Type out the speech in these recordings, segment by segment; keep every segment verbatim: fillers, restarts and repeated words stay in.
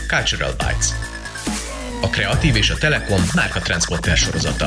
Cultural Bytes, a Kreatív és a Telekom Márka Transporter sorozata.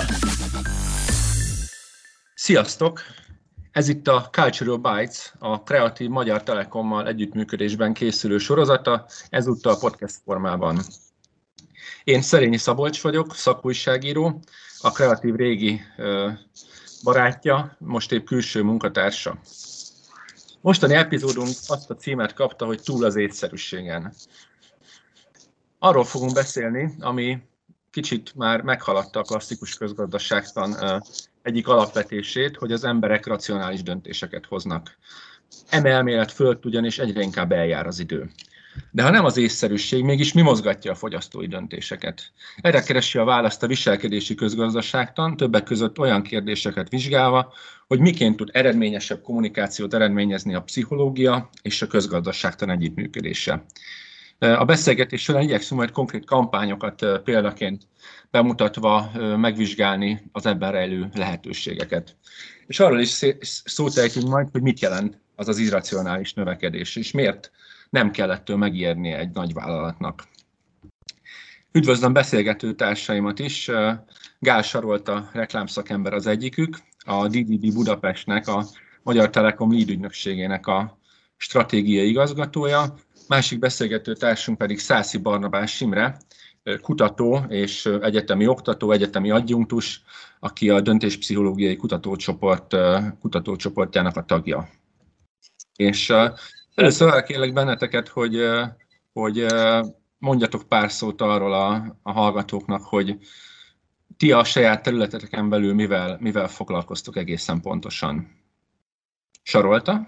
Sziasztok! Ez itt a Cultural Bytes, a Kreatív Magyar Telekommal együttműködésben készülő sorozata, ezúttal podcast formában. Én Szerényi Szabolcs vagyok, szakújságíró, a Kreatív régi barátja, most épp külső munkatársa. Mostani epizódunk azt a címet kapta, hogy Túl az észszerűségen. Arról fogunk beszélni, ami kicsit már meghaladta a klasszikus közgazdaságtan egyik alapvetését, hogy az emberek racionális döntéseket hoznak. Eme elmélet fölött ugyanis egyre inkább eljár az idő. De ha nem az észszerűség, mégis mi mozgatja a fogyasztói döntéseket? Erre keresi a választ a viselkedési közgazdaságtan, többek között olyan kérdéseket vizsgálva, hogy miként tud eredményesebb kommunikációt eredményezni a pszichológia és a közgazdaságtan együttműködése. A beszélgetés során igyekszünk majd konkrét kampányokat példaként bemutatva megvizsgálni az ebben rejlő lehetőségeket. És arról is szót ejtünk majd, hogy mit jelent az az irracionális növekedés, és miért nem kell ettől megijednie egy nagy vállalatnak. Üdvözlöm beszélgető társaimat is. Gál Sarolta reklámszakember az egyikük, a dé dé bé Budapestnek, a Magyar Telekom lead ügynökségének a stratégiai igazgatója. Másik beszélgető társunk pedig Szászi Barnabás Imre, kutató és egyetemi oktató, egyetemi adjunktus, aki a döntéspszichológiai kutatócsoport, kutatócsoportjának a tagja. És először arra kérlek benneteket, hogy, hogy mondjatok pár szót arról a, a hallgatóknak, hogy ti a saját területeteken belül mivel, mivel foglalkoztok egészen pontosan. Sarolta?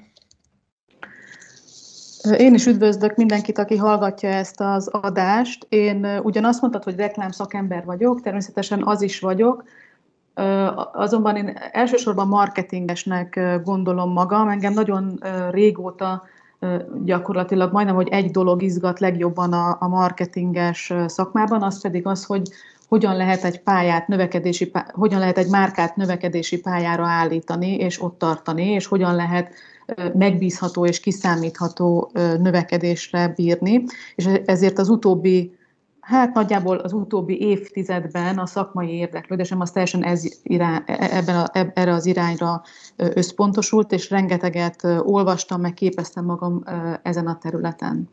Én is üdvözlök mindenkit, aki hallgatja ezt az adást. Én ugyan azt mondtad, hogy reklámszakember vagyok, természetesen az is vagyok, azonban én elsősorban marketingesnek gondolom magam. Engem nagyon régóta gyakorlatilag majdnem, hogy egy dolog izgat legjobban a, a marketinges szakmában, az pedig az, hogy hogyan lehet egy pályát, növekedési, hogyan lehet egy márkát növekedési pályára állítani, és ott tartani, és hogyan lehet megbízható és kiszámítható növekedésre bírni. És ezért az utóbbi, hát nagyjából az utóbbi évtizedben a szakmai érdeklődésem az teljesen ez irány, ebben a, erre az irányra összpontosult, és rengeteget olvastam, meg képeztem magam ezen a területen.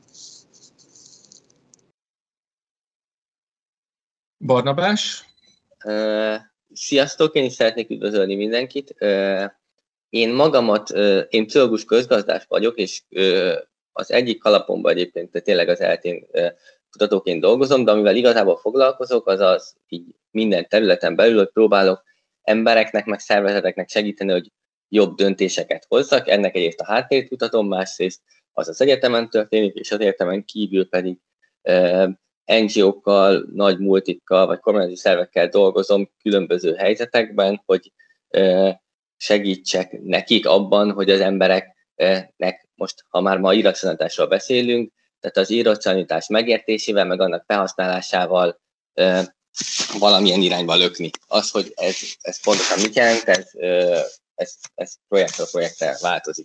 Barnabás? Uh, sziasztok, én is szeretnék üdvözölni mindenkit. Uh, én magamat, uh, én pszichológus közgazdás vagyok, és uh, az egyik kalapomban egyébként tényleg az eltén uh, kutatóként dolgozom, de amivel igazából foglalkozok, az az így minden területen belül, hogy próbálok embereknek, meg szervezeteknek segíteni, hogy jobb döntéseket hozzak. Ennek egyrészt a háttérét kutatom, másrészt az az egyetemen történik, és az egyetemen kívül pedig uh, en gé ó-kkal, nagy multikkal vagy kormányzati szervekkel dolgozom különböző helyzetekben, hogy segítsek nekik abban, hogy az embereknek, most ha már ma irracionalitásról beszélünk, tehát az irracionalitás megértésével, meg annak felhasználásával valamilyen irányba lökni. Az, hogy ez, ez pontosan mit jelent, ez, ez, ez projektről projektre változik.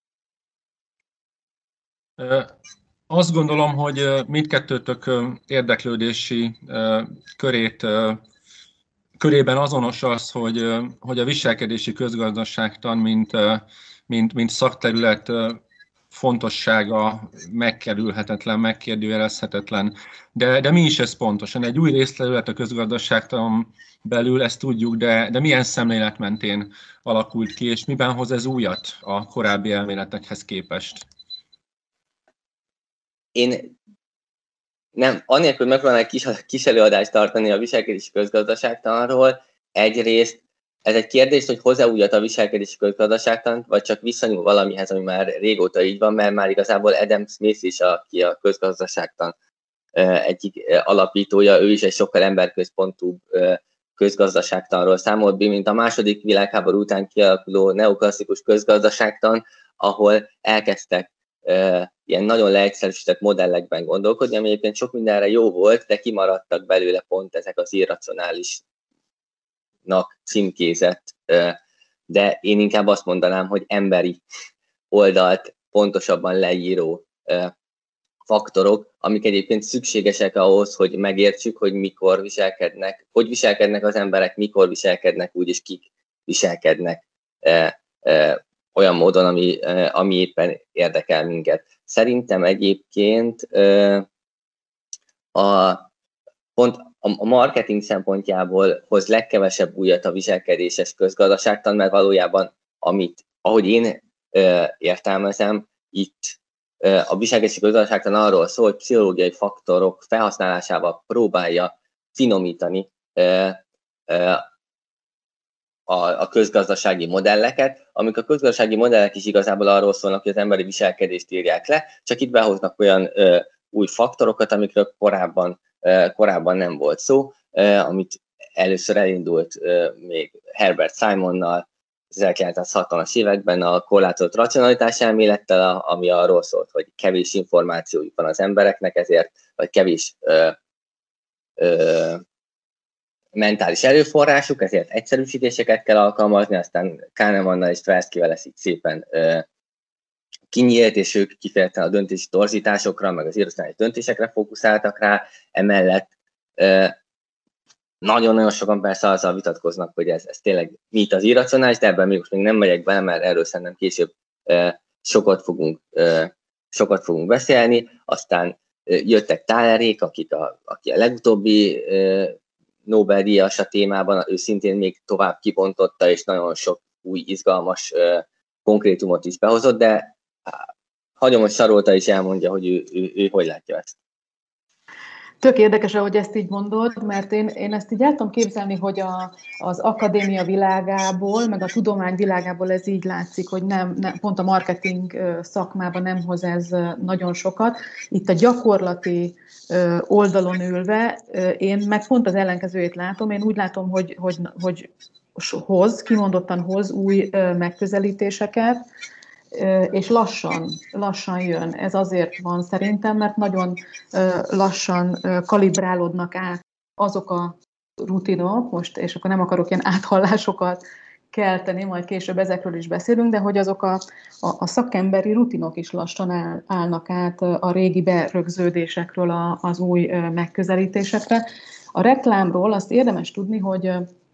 Azt gondolom, hogy mindkettőtök érdeklődési körét, körében azonos az, hogy, hogy a viselkedési közgazdaságtan, mint, mint, mint szakterület fontossága megkerülhetetlen, megkérdőjelezhetetlen. De, de mi is ez pontosan? Egy új részterület a közgazdaságtan belül, ezt tudjuk, de, de milyen szemlélet mentén alakult ki, és miben hoz ez újat a korábbi elméletekhez képest? Én nem, annélkül megpróbálom egy kis, kis előadást tartani a viselkedési közgazdaságtanról. Egyrészt ez egy kérdés, hogy hoz-e újat a viselkedési közgazdaságtan, vagy csak visszanyúl valamihez, ami már régóta így van, mert már igazából Adam Smith is, aki a közgazdaságtan egyik alapítója, ő is egy sokkal emberközpontúbb közgazdaságtanról számolt be, mint a második világháború után kialakuló neoklasszikus közgazdaságtan, ahol elkezdtek Uh, ilyen nagyon leegyszerűsített modellekben gondolkodni, ami egyébként sok mindenre jó volt, de kimaradtak belőle pont ezek az irracionálisnak címkézett, uh, de én inkább azt mondanám, hogy emberi oldalt pontosabban leíró uh, faktorok, amik egyébként szükségesek ahhoz, hogy megértsük, hogy mikor viselkednek, hogy viselkednek az emberek, mikor viselkednek úgy, és kik viselkednek e, e, olyan módon, ami, e, ami éppen érdekel minket. Szerintem egyébként e, a, pont a marketing szempontjából hoz legkevesebb újat a viselkedéses közgazdaságtan, mert valójában, amit, ahogy én e, értelmezem, itt a viselkedési közgazdaságtan arról szól, hogy pszichológiai faktorok felhasználásával próbálja finomítani a közgazdasági modelleket, amik a közgazdasági modellek is igazából arról szólnak, hogy az emberi viselkedést írják le, csak itt behoznak olyan új faktorokat, amikről korábban, korábban nem volt szó, amit először elindult még Herbert Simonnal, az ezerkilencszázhatvanas években a korlátozott racionalitás elmélettel, ami arról szólt, hogy kevés információjuk van az embereknek, ezért, vagy kevés ö, ö, mentális erőforrásuk, ezért egyszerűsítéseket kell alkalmazni, aztán Kahnemannal és Tverskyvel ez így szépen ö, kinyílt, és ők kifejezetten a döntési torzításokra, meg az irracionális döntésekre fókuszáltak rá, emellett ö, nagyon-nagyon sokan persze azzal vitatkoznak, hogy ez, ez tényleg mit az irracionális, de ebben még most még nem megyek bele, mert erről szerintem később e, sokat, fogunk, e, sokat fogunk beszélni. Aztán e, jöttek Talerék, akik a, aki a legutóbbi e, Nobel-díjas a témában, ő szintén még tovább kibontotta, és nagyon sok új, izgalmas e, konkrétumot is behozott, de hagyom, hogy Sarolta is elmondja, hogy ő, ő, ő hogy látja ezt. Tök érdekes, ahogy ezt így mondod, mert én, én ezt így el tudom képzelni, hogy a, az akadémia világából, meg a tudomány világából ez így látszik, hogy nem, nem, pont a marketing szakmában nem hoz ez nagyon sokat. Itt a gyakorlati oldalon ülve én meg pont az ellenkezőjét látom. Én úgy látom, hogy, hogy, hogy hoz, kimondottan hoz új megközelítéseket, és lassan, lassan jön. Ez azért van szerintem, mert nagyon lassan kalibrálódnak át azok a rutinok, most, és akkor nem akarok ilyen áthallásokat kelteni, majd később ezekről is beszélünk, de hogy azok a, a, a szakemberi rutinok is lassan áll, állnak át a régi berögződésekről a, az új megközelítésekre. A reklámról azt érdemes tudni, hogy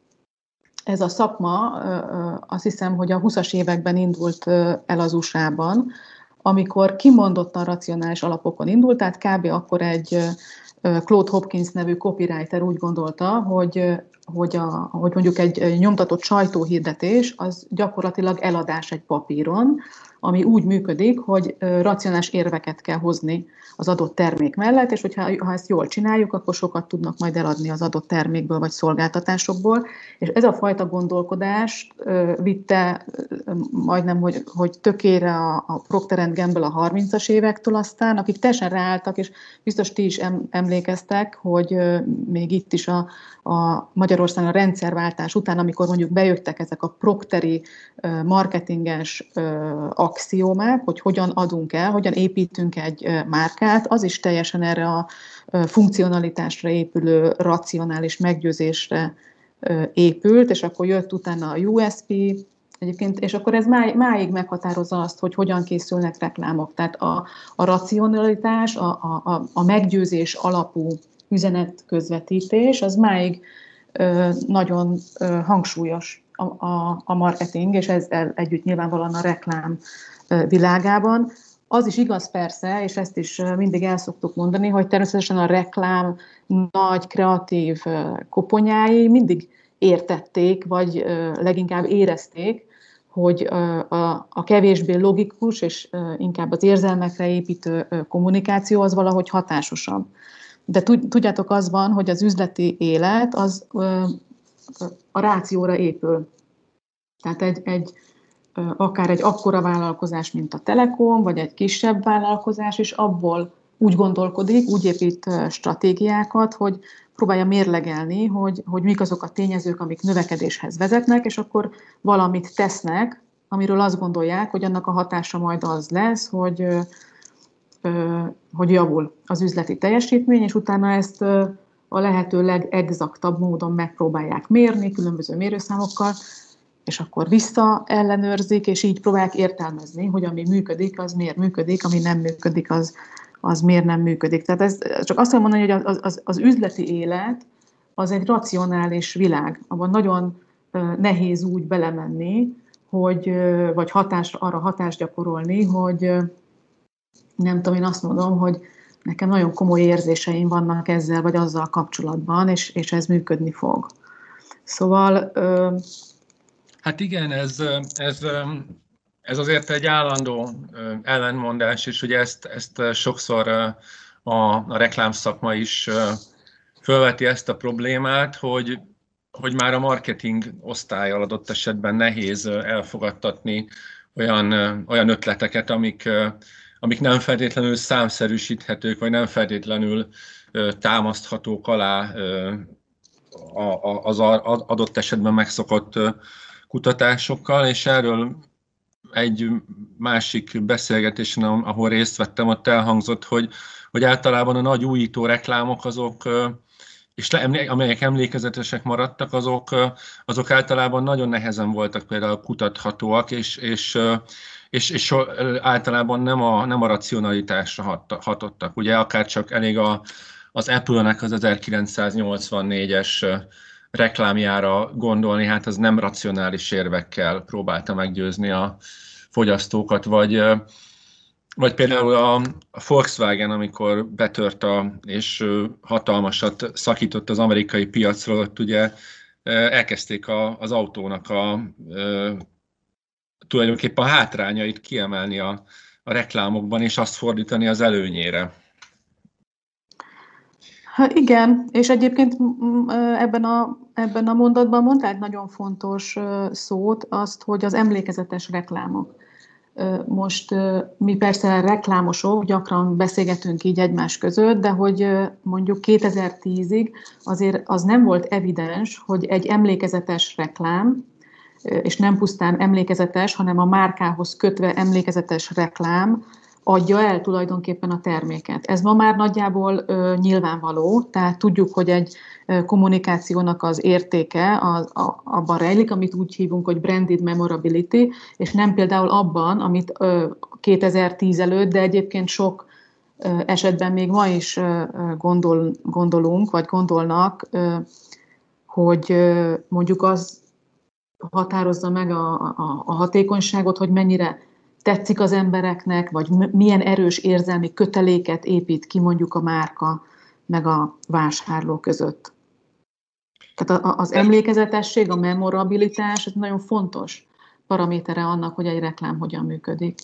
ez a szakma, azt hiszem, hogy a huszas években indult el az u es á-ban, amikor kimondottan racionális alapokon indult, tehát kb. Akkor egy Claude Hopkins nevű copywriter úgy gondolta, hogy, hogy, a, hogy mondjuk egy nyomtatott sajtóhirdetés az gyakorlatilag eladás egy papíron, ami úgy működik, hogy racionális érveket kell hozni az adott termék mellett, és hogyha ha ezt jól csináljuk, akkor sokat tudnak majd eladni az adott termékből vagy szolgáltatásokból. És ez a fajta gondolkodás vitte majdnem, hogy, hogy tökére a, a Procter and Gamble a harmincas évektől aztán, akik teljesen ráálltak, és biztos ti is emlékeztek, hogy még itt is a, a Magyarországon a rendszerváltás után, amikor mondjuk bejöttek ezek a prokteri marketinges axiómák, hogy hogyan adunk el, hogyan építünk egy márkát, az is teljesen erre a funkcionalitásra épülő, racionális meggyőzésre épült, és akkor jött utána a u es pé, egyébként, és akkor ez máig, máig meghatározza azt, hogy hogyan készülnek reklámok. Tehát a, a racionalitás, a, a, a meggyőzés alapú üzenetközvetítés, az máig ö, nagyon ö, hangsúlyos a, a, a marketing, és ezzel együtt nyilvánvalóan a reklám ö, világában. Az is igaz persze, és ezt is mindig el szoktuk mondani, hogy természetesen a reklám nagy, kreatív koponyái mindig értették, vagy leginkább érezték, hogy a, a kevésbé logikus és inkább az érzelmekre építő kommunikáció az valahogy hatásosabb. De tudjátok, az van, hogy az üzleti élet az a rációra épül. Tehát egy, egy akár egy akkora vállalkozás, mint a Telekom, vagy egy kisebb vállalkozás is abból úgy gondolkodik, úgy épít stratégiákat, hogy próbálja mérlegelni, hogy, hogy mik azok a tényezők, amik növekedéshez vezetnek, és akkor valamit tesznek, amiről azt gondolják, hogy annak a hatása majd az lesz, hogy, hogy javul az üzleti teljesítmény, és utána ezt a lehető legexaktabb módon megpróbálják mérni, különböző mérőszámokkal, és akkor visszaellenőrzik, és így próbálják értelmezni, hogy ami működik, az miért működik, ami nem működik, az, az miért nem működik. Tehát ez, csak azt tudom mondani, hogy az, az, az üzleti élet az egy racionális világ, abban nagyon nehéz úgy belemenni, hogy, vagy hatás, arra hatást gyakorolni, hogy nem tudom, én azt mondom, hogy nekem nagyon komoly érzéseim vannak ezzel, vagy azzal kapcsolatban, és, és ez működni fog. Szóval... Ö... Hát igen, ez, ez, ez azért egy állandó ellenmondás, és ugye ezt, ezt sokszor a, a reklámszakma is fölveti ezt a problémát, hogy, hogy már a marketing osztályal adott esetben nehéz elfogadtatni olyan, olyan ötleteket, amik, amik nem feltétlenül számszerűsíthetők, vagy nem feltétlenül támaszthatók alá az adott esetben megszokott kutatásokkal, és erről egy másik beszélgetésen, ahol részt vettem, ott elhangzott, hogy, hogy általában a nagy újító reklámok azok, és amelyek emlékezetesek maradtak, azok, azok általában nagyon nehezen voltak például kutathatóak, és, és, és, és általában nem a, nem a racionalitásra hatottak. Ugye akár csak elég a, az Apple-nek az ezerkilencszáznyolcvannégyes reklámjára gondolni, hát az nem racionális érvekkel próbálta meggyőzni a fogyasztókat, vagy, vagy például a Volkswagen, amikor betört a, és hatalmasat szakított az amerikai piacról, ott ugye elkezdték a, az autónak a, tulajdonképpen a hátrányait kiemelni a, a reklámokban, és azt fordítani az előnyére. Hát igen, és egyébként ebben a, ebben a mondatban mondtál egy nagyon fontos szót, azt, hogy az emlékezetes reklámok. Most mi persze reklámosok, gyakran beszélgetünk így egymás között, de hogy mondjuk kétezer-tízig azért az nem volt evidens, hogy egy emlékezetes reklám, és nem pusztán emlékezetes, hanem a márkához kötve emlékezetes reklám adja el tulajdonképpen a terméket. Ez ma már nagyjából ö, nyilvánvaló, tehát tudjuk, hogy egy ö, kommunikációnak az értéke az, a, abban rejlik, amit úgy hívunk, hogy branded memorability, és nem például abban, amit ö, kétezer-tíz előtt, de egyébként sok ö, esetben még ma is ö, gondol, gondolunk, vagy gondolnak, ö, hogy ö, mondjuk az határozza meg a, a, a hatékonyságot, hogy mennyire tetszik az embereknek, vagy milyen erős érzelmi köteléket épít ki mondjuk a márka meg a vásárló között. Tehát az emlékezetesség, a memorabilitás, ez nagyon fontos paramétere annak, hogy egy reklám hogyan működik.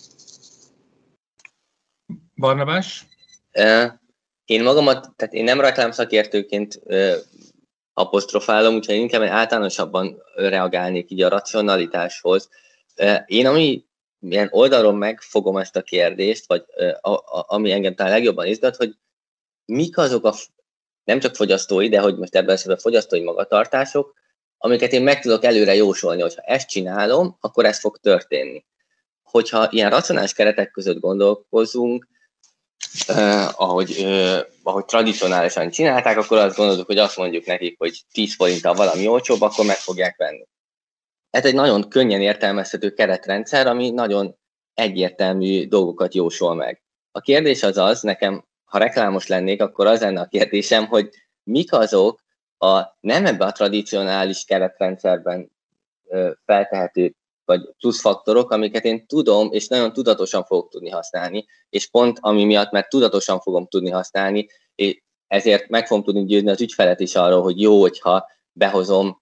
Barnabás? Én magamat, tehát én nem reklámszakértőként apostrofálom, úgyhogy inkább általánosabban reagálnék így a racionalitáshoz. Én ami milyen oldalról megfogom ezt a kérdést, vagy a, a, ami engem talán legjobban izgat, hogy mik azok a, nem csak fogyasztói, de hogy most ebben esetben a fogyasztói magatartások, amiket én meg tudok előre jósolni, hogyha ezt csinálom, akkor ez fog történni. Hogyha ilyen racionális keretek között gondolkozunk, eh, ahogy, eh, ahogy tradicionálisan csinálták, akkor azt gondoljuk, hogy azt mondjuk nekik, hogy tíz forinttal valami olcsóbb, akkor meg fogják venni. Ez egy nagyon könnyen értelmezhető keretrendszer, ami nagyon egyértelmű dolgokat jósol meg. A kérdés az az, nekem, ha reklámos lennék, akkor az lenne a kérdésem, hogy mik azok a nem ebben a tradicionális keretrendszerben feltehető vagy pluszfaktorok, amiket én tudom, és nagyon tudatosan fogok tudni használni, és pont ami miatt, mert tudatosan fogom tudni használni, és ezért meg fogom tudni győzni az ügyfelet is arról, hogy jó, hogyha behozom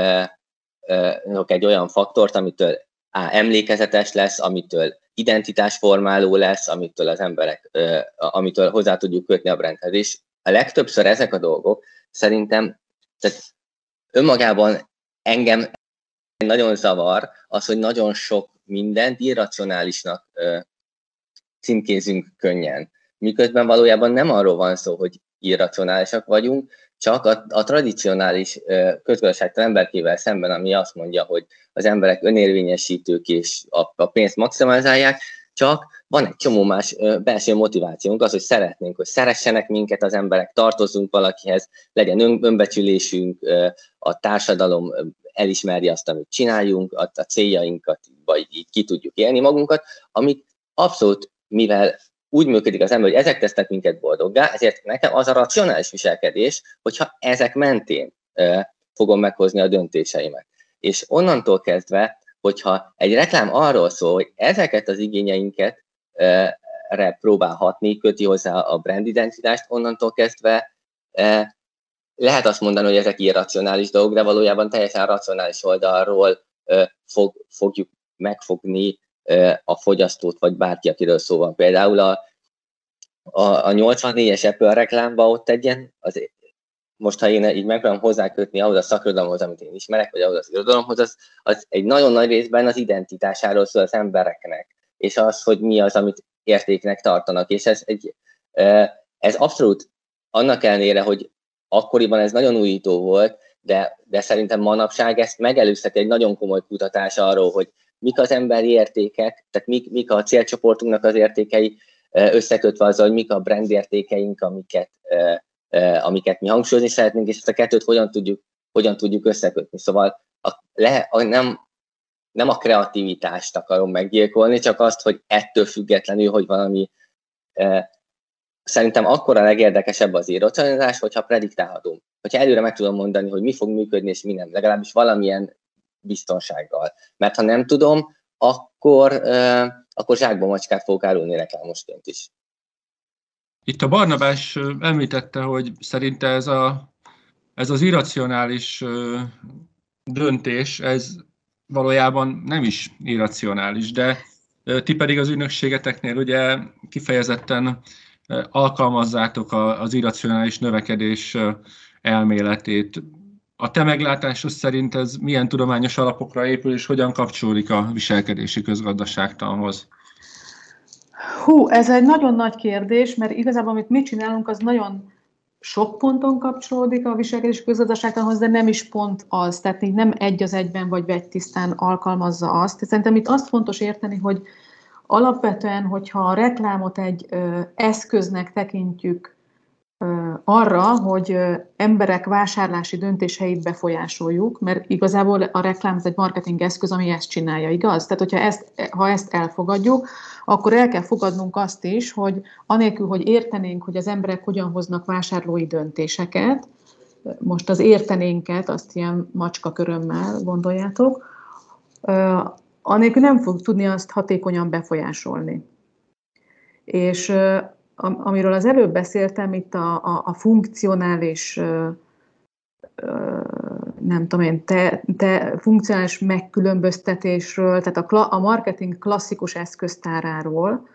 egy olyan faktort, amitől á, emlékezetes lesz, amitől identitásformáló lesz, amitől az emberek, amitől hozzá tudjuk kötni a brandhez. És a legtöbbször ezek a dolgok szerintem, tehát önmagában engem nagyon zavar az, hogy nagyon sok mindent irracionálisnak címkézünk könnyen. Miközben valójában nem arról van szó, hogy irracionálisak vagyunk, csak a, a tradicionális közgazdaságtan emberkével szemben, ami azt mondja, hogy az emberek önérvényesítők és a, a pénzt maximalizálják, csak van egy csomó más belső motivációnk, az, hogy szeretnénk, hogy szeressenek minket az emberek, tartozzunk valakihez, legyen ön, önbecsülésünk, a társadalom elismerje azt, amit csináljunk, a, a céljainkat, vagy így ki tudjuk élni magunkat, amit abszolút, mivel úgy működik az ember, hogy ezek tesznek minket boldoggá, ezért nekem az a racionális viselkedés, hogyha ezek mentén uh, fogom meghozni a döntéseimet. És onnantól kezdve, hogyha egy reklám arról szól, hogy ezeket az igényeinket uh, re próbál hatni, köti hozzá a brand identitást, onnantól kezdve uh, lehet azt mondani, hogy ezek irracionális dolgok, de valójában teljesen racionális oldalról uh, fog, fogjuk megfogni uh, a fogyasztót, vagy bárki, akiről szó van. Például a, a, a nyolcvannégyes Apple reklámba ott egy ilyen, az, most ha én így megpróbálom hozzákötni ahhoz a szakirodalomhoz, amit én ismerek, vagy ahhoz az irodalomhoz, az, az egy nagyon nagy részben az identitásáról szól az embereknek, és az, hogy mi az, amit értéknek tartanak. És ez, egy, uh, ez abszolút annak ellenére, hogy akkoriban ez nagyon újító volt, de, de szerintem manapság ezt megelőzheti egy nagyon komoly kutatás arról, hogy mik az emberi értékek, tehát mik, mik a célcsoportunknak az értékei, összekötve azzal, hogy mik a brand értékeink, amiket, amiket mi hangsúlyozni szeretnénk, és ezt a kettőt hogyan tudjuk, hogyan tudjuk összekötni. Szóval a, le, a, nem, nem a kreativitást akarom meggyilkolni, csak azt, hogy ettől függetlenül, hogy valami szerintem akkor a legérdekesebb az irracionalizás, hogyha prediktálhatunk. Hogyha előre meg tudom mondani, hogy mi fog működni, és mi nem, legalábbis valamilyen biztonsággal. Mert ha nem tudom, akkor, uh, akkor zsákba macskát fogok árulni reklámosként is. Itt a Barnabás említette, hogy szerinte ez, a, ez az irracionális uh, döntés, ez valójában nem is irracionális, de uh, ti pedig az ügynökségeteknél ugye kifejezetten alkalmazzátok az irracionális növekedés elméletét. A te meglátásod szerint ez milyen tudományos alapokra épül, és hogyan kapcsolódik a viselkedési közgazdaságtanhoz? Hú, ez egy nagyon nagy kérdés, mert igazából amit mi csinálunk, az nagyon sok ponton kapcsolódik a viselkedési közgazdaságtanhoz, de nem is pont az, tehát így nem egy az egyben vagy vegytisztán alkalmazza azt. Szerintem itt azt fontos érteni, hogy alapvetően, hogyha a reklámot egy ö, eszköznek tekintjük ö, arra, hogy ö, emberek vásárlási döntéseit befolyásoljuk, mert igazából a reklám egy marketing eszköz, ami ezt csinálja, igaz? Tehát, hogyha ezt, ha ezt elfogadjuk, akkor el kell fogadnunk azt is, hogy anélkül, hogy értenénk, hogy az emberek hogyan hoznak vásárlói döntéseket, most az értenénket, azt ilyen macska körömmel gondoljátok, ö, anélkül nem fog tudni azt hatékonyan befolyásolni. És amiről az előbb beszéltem, itt a, a, a funkcionális, nem tudom én, te, te, funkcionális megkülönböztetésről, tehát a, a marketing klasszikus eszköztáráról,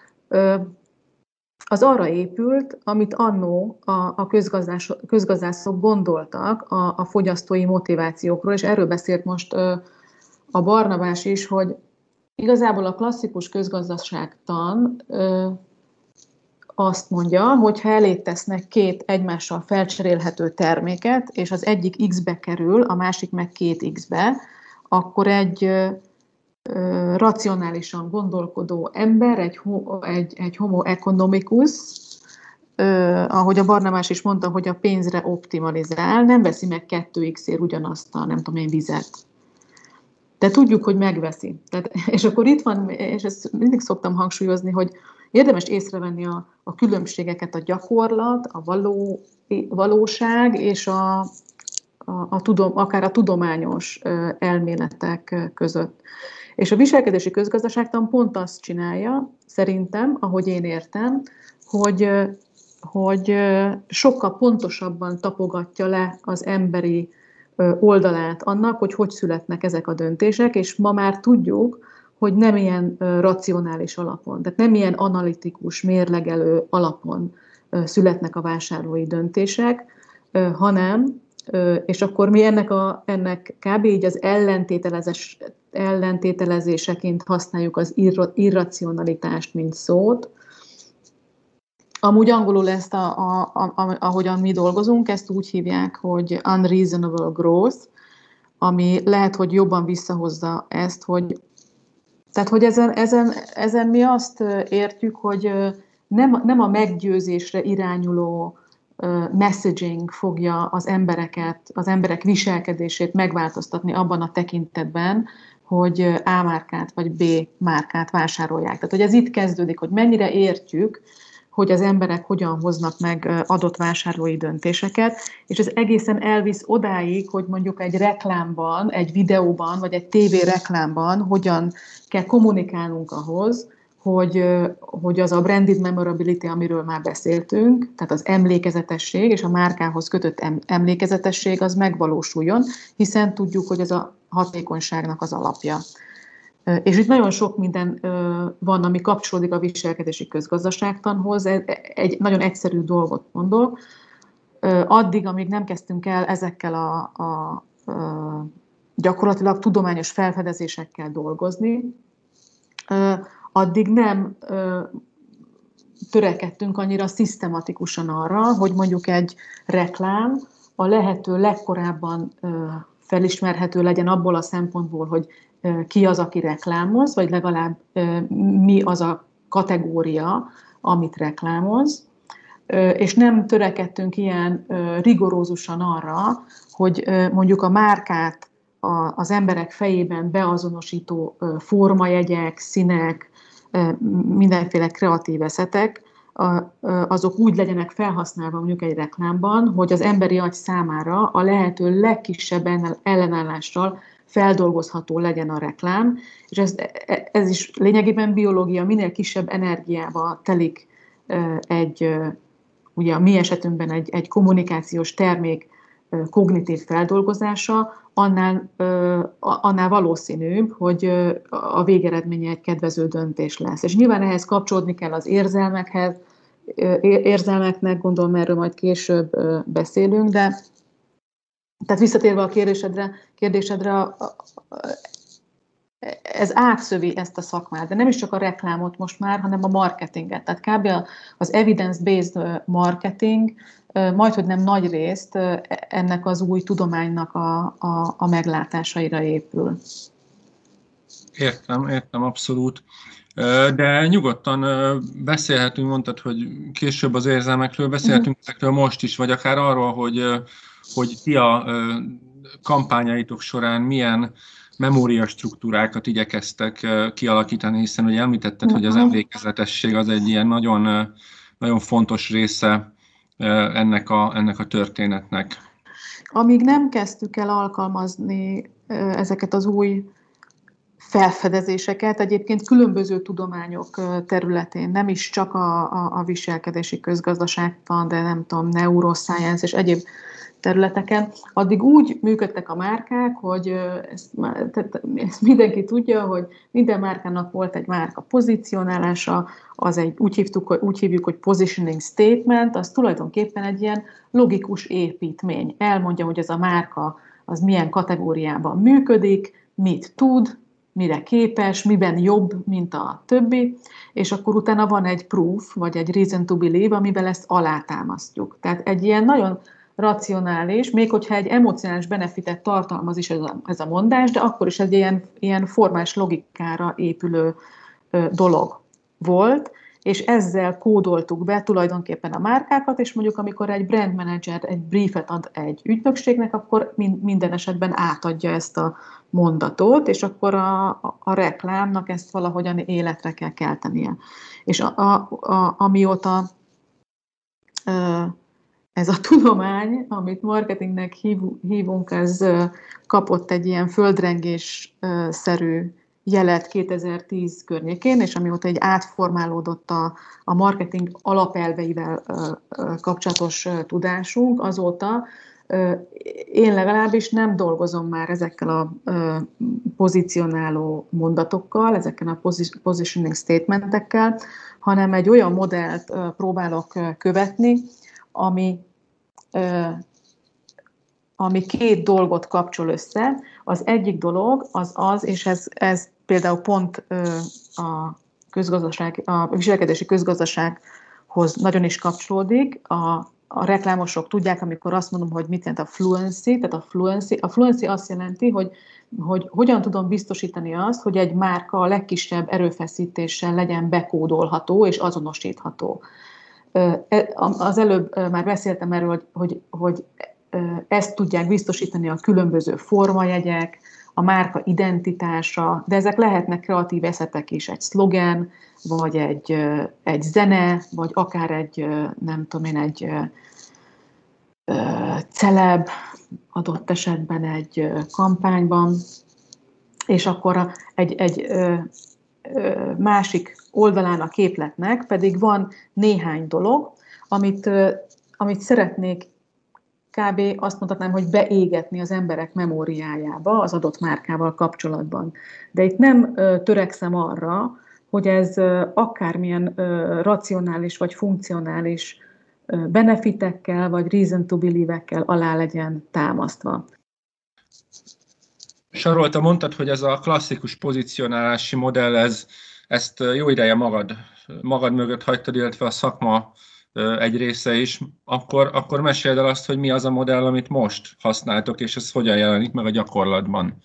az arra épült, amit annó a, a közgazdászok gondoltak a, a fogyasztói motivációkról, és erről beszélt most a Barnabás is, hogy igazából a klasszikus közgazdaságtan ö, azt mondja, hogy ha elé tesznek két egymással felcserélhető terméket, és az egyik X-be kerül, a másik meg két X-be, akkor egy ö, ö, racionálisan gondolkodó ember, egy, egy, egy homo economicus, ö, ahogy a Barnabás is mondta, hogy a pénzre optimalizál, nem veszi meg kettő X-ért ugyanazt a, nem tudom én, vizet. De tudjuk, hogy megveszi. Tehát, és akkor itt van, és ezt mindig szoktam hangsúlyozni, hogy érdemes észrevenni a, a különbségeket a gyakorlat, a való, valóság és a, a, a tudom, akár a tudományos elméletek között. És a viselkedési közgazdaságtan pont azt csinálja, szerintem, ahogy én értem, hogy, hogy sokkal pontosabban tapogatja le az emberi oldalát annak, hogy hogy születnek ezek a döntések, és ma már tudjuk, hogy nem ilyen racionális alapon, tehát nem ilyen analitikus, mérlegelő alapon születnek a vásárlói döntések, hanem, és akkor mi ennek, a, ennek kb. Így az ellentételezés, ellentételezéseként használjuk az irra, irracionalitást, mint szót. Amúgy angolul ezt, a, a, a, ahogyan mi dolgozunk, ezt úgy hívják, hogy unreasonable growth, ami lehet, hogy jobban visszahozza ezt, hogy tehát, hogy ezen, ezen, ezen mi azt értjük, hogy nem, nem a meggyőzésre irányuló messaging fogja az embereket, az emberek viselkedését megváltoztatni abban a tekintetben, hogy A márkát vagy B márkát vásárolják. Tehát, hogy ez itt kezdődik, hogy mennyire értjük, hogy az emberek hogyan hoznak meg adott vásárlói döntéseket, és ez egészen elvisz odáig, hogy mondjuk egy reklámban, egy videóban, vagy egy tévé reklámban hogyan kell kommunikálnunk ahhoz, hogy, hogy az a branded memorability, amiről már beszéltünk, tehát az emlékezetesség és a márkához kötött emlékezetesség az megvalósuljon, hiszen tudjuk, hogy ez a hatékonyságnak az alapja. És itt nagyon sok minden van, ami kapcsolódik a viselkedési közgazdaságtanhoz. Egy nagyon egyszerű dolgot mondok. Addig, amíg nem kezdtünk el ezekkel a, a, a gyakorlatilag tudományos felfedezésekkel dolgozni, addig nem törekedtünk annyira szisztematikusan arra, hogy mondjuk egy reklám a lehető legkorábban felismerhető legyen abból a szempontból, hogy ki az, aki reklámoz, vagy legalább mi az a kategória, amit reklámoz, és nem törekedtünk ilyen rigorózusan arra, hogy mondjuk a márkát az emberek fejében beazonosító formajegyek, színek, mindenféle kreatív eszetek, azok úgy legyenek felhasználva mondjuk egy reklámban, hogy az emberi agy számára a lehető legkisebb ellenállással feldolgozható legyen a reklám, és ez, ez is lényegében biológia, minél kisebb energiába telik egy, ugye a mi esetünkben egy, egy kommunikációs termék kognitív feldolgozása, annál, annál valószínűbb, hogy a végeredménye egy kedvező döntés lesz. És nyilván ehhez kapcsolódni kell az érzelmekhez, érzelmeknek, gondolom erről majd később beszélünk, de tehát visszatérve a kérdésedre, kérdésedre ez átszövi ezt a szakmát, de nem is csak a reklámot most már, hanem a marketinget. Tehát kb. Az evidence-based marketing majdhogy nem nagy részt ennek az új tudománynak a, a, a meglátásaira épül. Értem, értem, abszolút. De nyugodtan beszélhetünk, mondtad, hogy később az érzelmekről, beszélhetünk uh-huh. ezekről most is, vagy akár arról, hogy, hogy ti a kampányaitok során milyen memóriastruktúrákat igyekeztek kialakítani, hiszen ugye említetted, uh-huh. hogy az emlékezetesség az egy ilyen nagyon, nagyon fontos része ennek a, ennek a történetnek. Amíg nem kezdtük el alkalmazni ezeket az új felfedezéseket, egyébként különböző tudományok területén, nem is csak a, a, a viselkedési közgazdaságtan, de nem tudom, neuroscience és egyéb területeken, addig úgy működtek a márkák, hogy ezt, ezt mindenki tudja, hogy minden márkának volt egy márka pozícionálása, az egy, úgy, hívtuk, úgy hívjuk, hogy positioning statement, az tulajdonképpen egy ilyen logikus építmény. Elmondja, hogy ez a márka az milyen kategóriában működik, mit tud, mire képes, miben jobb, mint a többi, és akkor utána van egy proof, vagy egy reason to believe, amivel ezt alátámasztjuk. Tehát egy ilyen nagyon racionális, még hogyha egy emocionális benefitet tartalmaz is ez a, ez a mondás, de akkor is egy ilyen, ilyen formás logikára épülő ö, dolog volt, és ezzel kódoltuk be tulajdonképpen a márkákat, és mondjuk amikor egy brand manager egy briefet ad egy ügynökségnek, akkor minden esetben átadja ezt a mondatot, és akkor a, a, a reklámnak ezt valahogyan életre kell keltenie. És a, a, a, amióta ö, ez a tudomány, amit marketingnek hív, hívunk, ez kapott egy ilyen földrengés-szerű jelet kétezer-tíz környékén, és amióta egy átformálódott a, a marketing alapelveivel kapcsolatos tudásunk, azóta én legalábbis nem dolgozom már ezekkel a pozícionáló mondatokkal, ezekkel a positioning statementekkel, hanem egy olyan modellt próbálok követni, ami, ami két dolgot kapcsol össze. Az egyik dolog az az, és ez, ez például pont a, közgazdaság, a viselkedési közgazdasághoz nagyon is kapcsolódik. A, a reklámosok tudják, amikor azt mondom, hogy mit jelent a fluency, tehát a fluency, a fluency azt jelenti, hogy, hogy hogyan tudom biztosítani azt, hogy egy márka a legkisebb erőfeszítéssel legyen bekódolható és azonosítható. Az előbb már beszéltem erről, hogy, hogy, hogy ezt tudják biztosítani a különböző formajegyek, a márka identitása, de ezek lehetnek kreatív eszetek is, egy szlogen, vagy egy, egy zene, vagy akár egy, nem tudom én, egy celeb, adott esetben egy kampányban, és akkor egy, egy másik oldalán a képletnek pedig van néhány dolog, amit, amit szeretnék kb. Azt mondhatnám, hogy beégetni az emberek memóriájába az adott márkával kapcsolatban. De itt nem törekszem arra, hogy ez akármilyen racionális vagy funkcionális benefitekkel vagy reason to believe-ekkel alá legyen támasztva. Sarolta, mondtad, hogy ez a klasszikus pozicionálási modell, ez, ezt jó ideje magad, magad mögött hagytad, illetve a szakma egy része is, akkor, akkor meséld el azt, hogy mi az a modell, amit most használtok, és ez hogyan jelenik meg a gyakorlatban.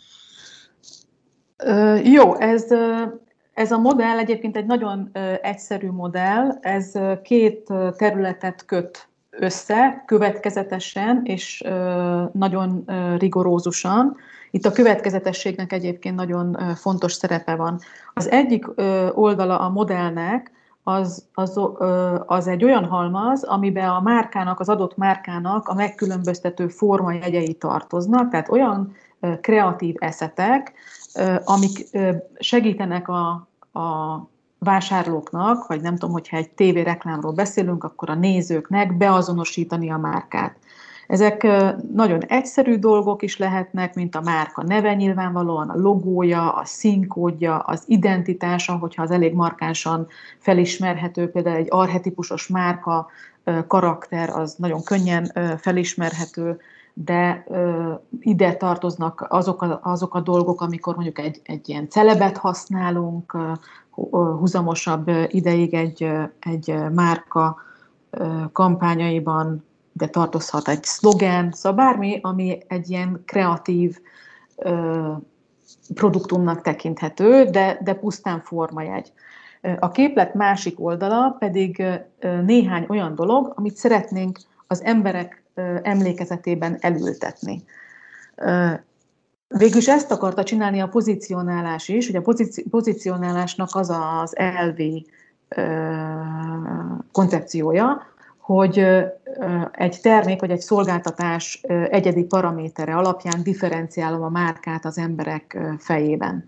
Jó, ez, ez a modell egyébként egy nagyon egyszerű modell, ez két területet köt össze következetesen és nagyon rigorózusan. Itt a következetességnek egyébként nagyon fontos szerepe van. Az egyik oldala a modellnek az, az, az egy olyan halmaz, amiben a márkának, az adott márkának a megkülönböztető formajegyei tartoznak, tehát olyan kreatív eszetek, amik segítenek a, a vásárlóknak, vagy nem tudom, hogyha egy tévéreklámról beszélünk, akkor a nézőknek beazonosítani a márkát. Ezek nagyon egyszerű dolgok is lehetnek, mint a márka neve nyilvánvalóan, a logója, a színkódja, az identitása, hogyha az elég markánsan felismerhető, például egy archetipusos márka karakter, az nagyon könnyen felismerhető, de ide tartoznak azok a, azok a dolgok, amikor mondjuk egy, egy ilyen celebet használunk, húzamosabb ideig egy, egy márka kampányaiban, de tartozhat egy szlogen, szóval bármi, ami egy ilyen kreatív ö, produktumnak tekinthető, de, de pusztán formajegy. A képlet másik oldala pedig ö, néhány olyan dolog, amit szeretnénk az emberek ö, emlékezetében elültetni. Ö, végülis ezt akarta csinálni a pozicionálás is, hogy a pozíci- pozicionálásnak az az elvi ö, koncepciója, hogy egy termék vagy egy szolgáltatás egyedi paramétere alapján differenciálom a márkát az emberek fejében.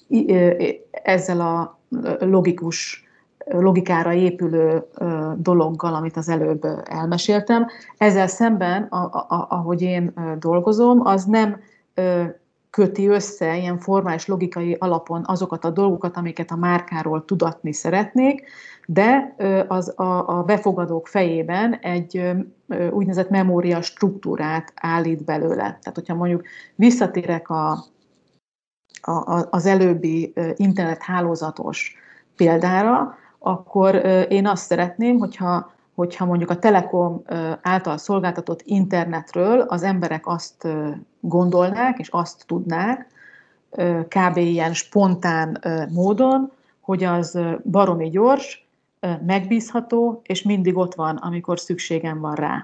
Ezzel a logikus, logikára épülő dologgal, amit az előbb elmeséltem, ezzel szemben, ahogy én dolgozom, az nem köti össze ilyen formális logikai alapon azokat a dolgokat, amiket a márkáról tudatni szeretnék, de az a, a befogadók fejében egy úgynevezett memória struktúrát állít belőle. Tehát, hogyha mondjuk visszatérek a, a, az előbbi internethálózatos példára, akkor én azt szeretném, hogyha, hogyha mondjuk a Telekom által szolgáltatott internetről az emberek azt gondolnák, és azt tudnák, kb. Ilyen spontán módon, hogy az baromi gyors, megbízható, és mindig ott van, amikor szükségem van rá.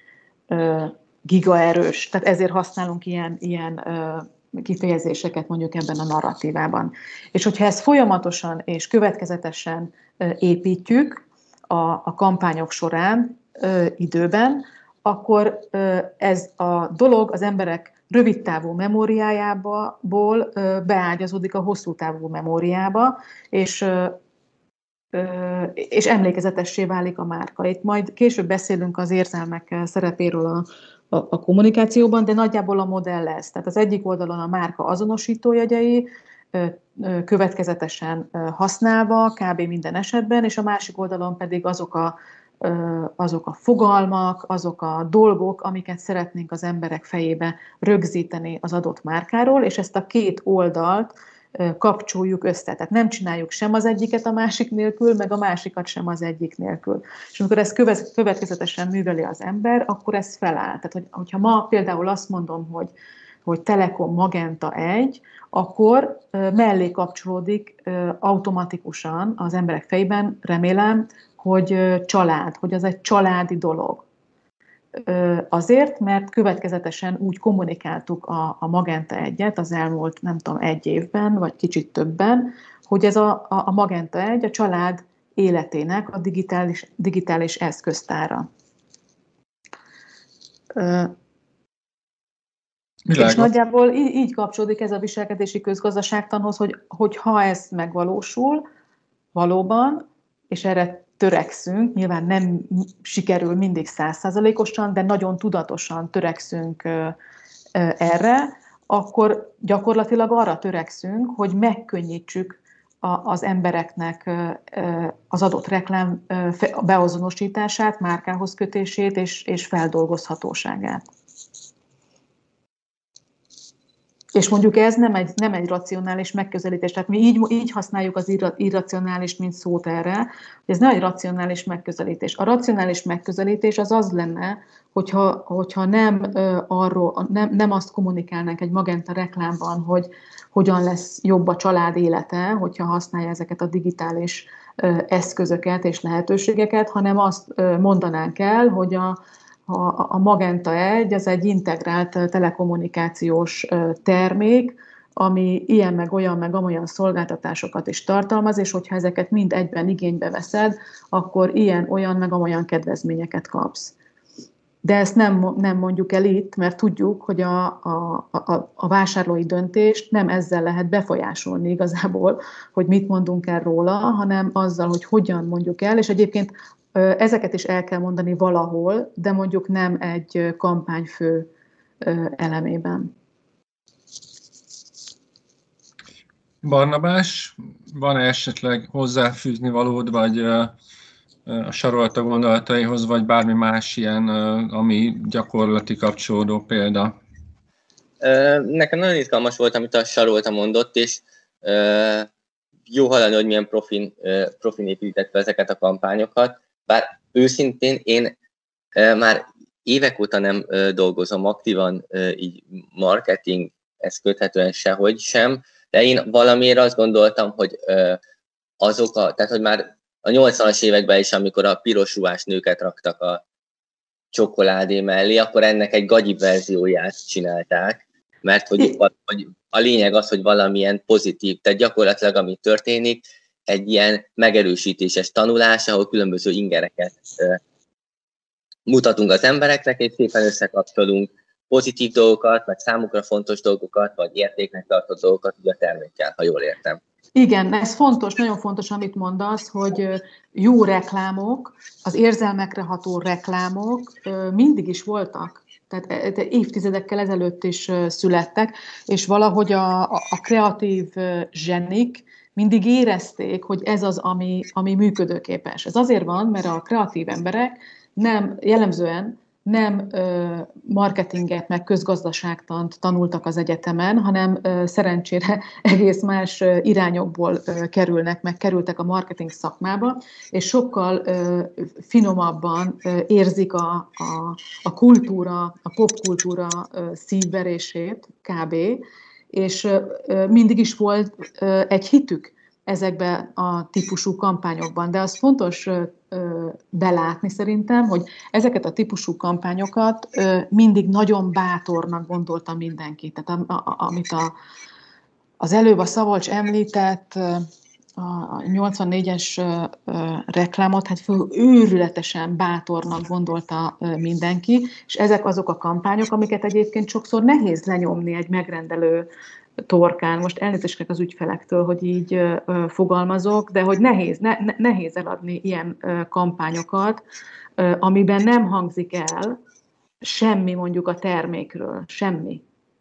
Gigaerős. Tehát ezért használunk ilyen, ilyen kifejezéseket mondjuk ebben a narratívában. És hogyha ezt folyamatosan és következetesen építjük a, a kampányok során, időben, akkor ez a dolog az emberek rövidtávú memóriájából beágyazódik a hosszú távú memóriába, és és emlékezetessé válik a márka. Itt majd később beszélünk az érzelmek szerepéről a, a, a kommunikációban, de nagyjából a modell lesz. Tehát az egyik oldalon a márka azonosítójegyei következetesen használva, kb. Minden esetben, és a másik oldalon pedig azok a, azok a fogalmak, azok a dolgok, amiket szeretnénk az emberek fejébe rögzíteni az adott márkáról, és ezt a két oldalt kapcsoljuk össze. Tehát nem csináljuk sem az egyiket a másik nélkül, meg a másikat sem az egyik nélkül. És amikor ezt következetesen műveli az ember, akkor ez feláll. Tehát, hogy, hogyha ma például azt mondom, hogy, hogy Telekom Magenta egy, akkor mellé kapcsolódik automatikusan az emberek fejében, remélem, hogy család, hogy az egy családi dolog. Azért, mert következetesen úgy kommunikáltuk a, a Magenta egyet az elmúlt, nem tudom, egy évben, vagy kicsit többen, hogy ez a, a, a Magenta egy a család életének a digitális, digitális eszköztára. Világos. És nagyjából így, így kapcsolódik ez a viselkedési közgazdaságtanhoz, hogy, hogy ha ez megvalósul valóban, és erre törekszünk, nyilván nem sikerül mindig száz százalékosan, de nagyon tudatosan törekszünk erre, akkor gyakorlatilag arra törekszünk, hogy megkönnyítsük az embereknek az adott reklám beazonosítását, márkához kötését és, és feldolgozhatóságát. És mondjuk ez nem egy, nem egy racionális megközelítés, tehát mi így, így használjuk az irra, irracionális, mint szót erre, hogy ez nem egy racionális megközelítés. A racionális megközelítés az az lenne, hogyha, hogyha nem, uh, arról, nem, nem azt kommunikálnánk egy Magenta reklámban, hogy hogyan lesz jobb a család élete, hogyha használja ezeket a digitális uh, eszközöket és lehetőségeket, hanem azt uh, mondanánk el, hogy a A Magenta egy az egy integrált telekommunikációs termék, ami ilyen meg olyan meg amolyan szolgáltatásokat is tartalmaz, és hogyha ezeket mind egyben igénybe veszed, akkor ilyen, olyan meg amolyan kedvezményeket kapsz. De ezt nem, nem mondjuk el itt, mert tudjuk, hogy a, a, a, a vásárlói döntést nem ezzel lehet befolyásolni igazából, hogy mit mondunk el róla, hanem azzal, hogy hogyan mondjuk el, és egyébként ezeket is el kell mondani valahol, de mondjuk nem egy kampányfő elemében. Barnabás, van-e esetleg hozzáfűzni valód, vagy a Sarolta gondolataihoz, vagy bármi más ilyen, ami gyakorlati kapcsolódó példa? Nekem nagyon izgalmas volt, amit a Sarolta mondott, és jó hallani, hogy milyen profin, profin épített be ezeket a kampányokat. Bár őszintén én e, már évek óta nem e, dolgozom aktívan e, így marketinghez köthetően sehogy sem, de én valamiért azt gondoltam, hogy e, azok a, tehát hogy már a nyolcvanas években is, amikor a piros ruhás nőket raktak a csokoládé mellé, akkor ennek egy gagyibb verzióját csinálták, mert hogy, hogy a lényeg az, hogy valamilyen pozitív, tehát gyakorlatilag ami történik, egy ilyen megerősítéses tanulás, ahol különböző ingereket uh, mutatunk az embereknek, és szépen összekapcsolunk pozitív dolgokat, vagy számukra fontos dolgokat, vagy értéknek tartott dolgokat ugye a termékkel, ha jól értem. Igen, ez fontos, nagyon fontos, amit mondasz, hogy jó reklámok, az érzelmekre ható reklámok mindig is voltak. Tehát évtizedekkel ezelőtt is születtek, és valahogy a, a kreatív zsenik mindig érezték, hogy ez az, ami, ami működőképes. Ez azért van, mert a kreatív emberek nem, jellemzően nem ö, marketinget, meg közgazdaságtant tanultak az egyetemen, hanem ö, szerencsére egész más ö, irányokból ö, kerülnek, meg kerültek a marketing szakmába, és sokkal ö, finomabban ö, érzik a, a, a kultúra, a popkultúra ö, szívverését kb., és mindig is volt egy hitük ezekben a típusú kampányokban. De az fontos belátni szerintem, hogy ezeket a típusú kampányokat mindig nagyon bátornak gondolta mindenki. Tehát amit a, az előbb a Szabolcs említett, a nyolcvannégyes reklámot, hát őrületesen bátornak gondolta mindenki, és ezek azok a kampányok, amiket egyébként sokszor nehéz lenyomni egy megrendelő torkán. Most elnézést az ügyfelektől, hogy így fogalmazok, de hogy nehéz, ne, nehéz eladni ilyen kampányokat, amiben nem hangzik el semmi mondjuk a termékről, semmi.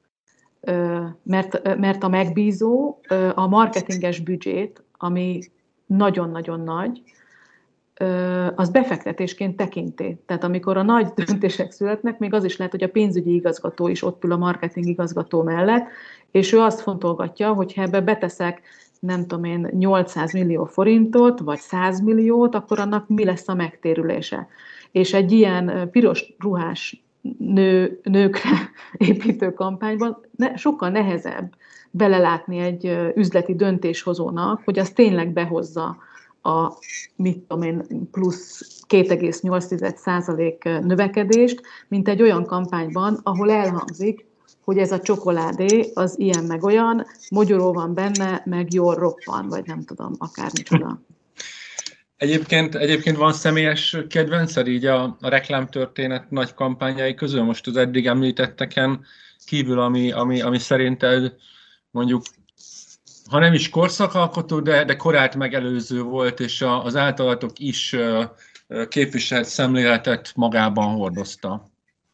Mert, mert a megbízó a marketinges büdzsét, ami nagyon-nagyon nagy, az befektetésként tekinti. Tehát amikor a nagy döntések születnek, még az is lehet, hogy a pénzügyi igazgató is ott ül a marketing igazgató mellett, és ő azt fontolgatja, hogy ha ebbe beteszek, nem tudom én, nyolcszáz millió forintot, vagy száz milliót, akkor annak mi lesz a megtérülése. És egy ilyen piros ruhás nő, nőkre építő kampányban ne, sokkal nehezebb belelátni egy üzleti döntéshozónak, hogy az tényleg behozza a mit tudom én, plusz két egész nyolc százalék növekedést, mint egy olyan kampányban, ahol elhangzik, hogy ez a csokoládé az ilyen meg olyan, mogyoró van benne, meg jól roppan, vagy nem tudom, akármicsoda. Egyébként, egyébként van személyes kedvenced így a, a reklámtörténet nagy kampányai közül, most az eddig említetteken kívül, ami, ami, ami szerinted mondjuk, ha nem is korszakalkotó, de, de korát megelőző volt, és a, az általatok is képviselt szemléletet magában hordozta.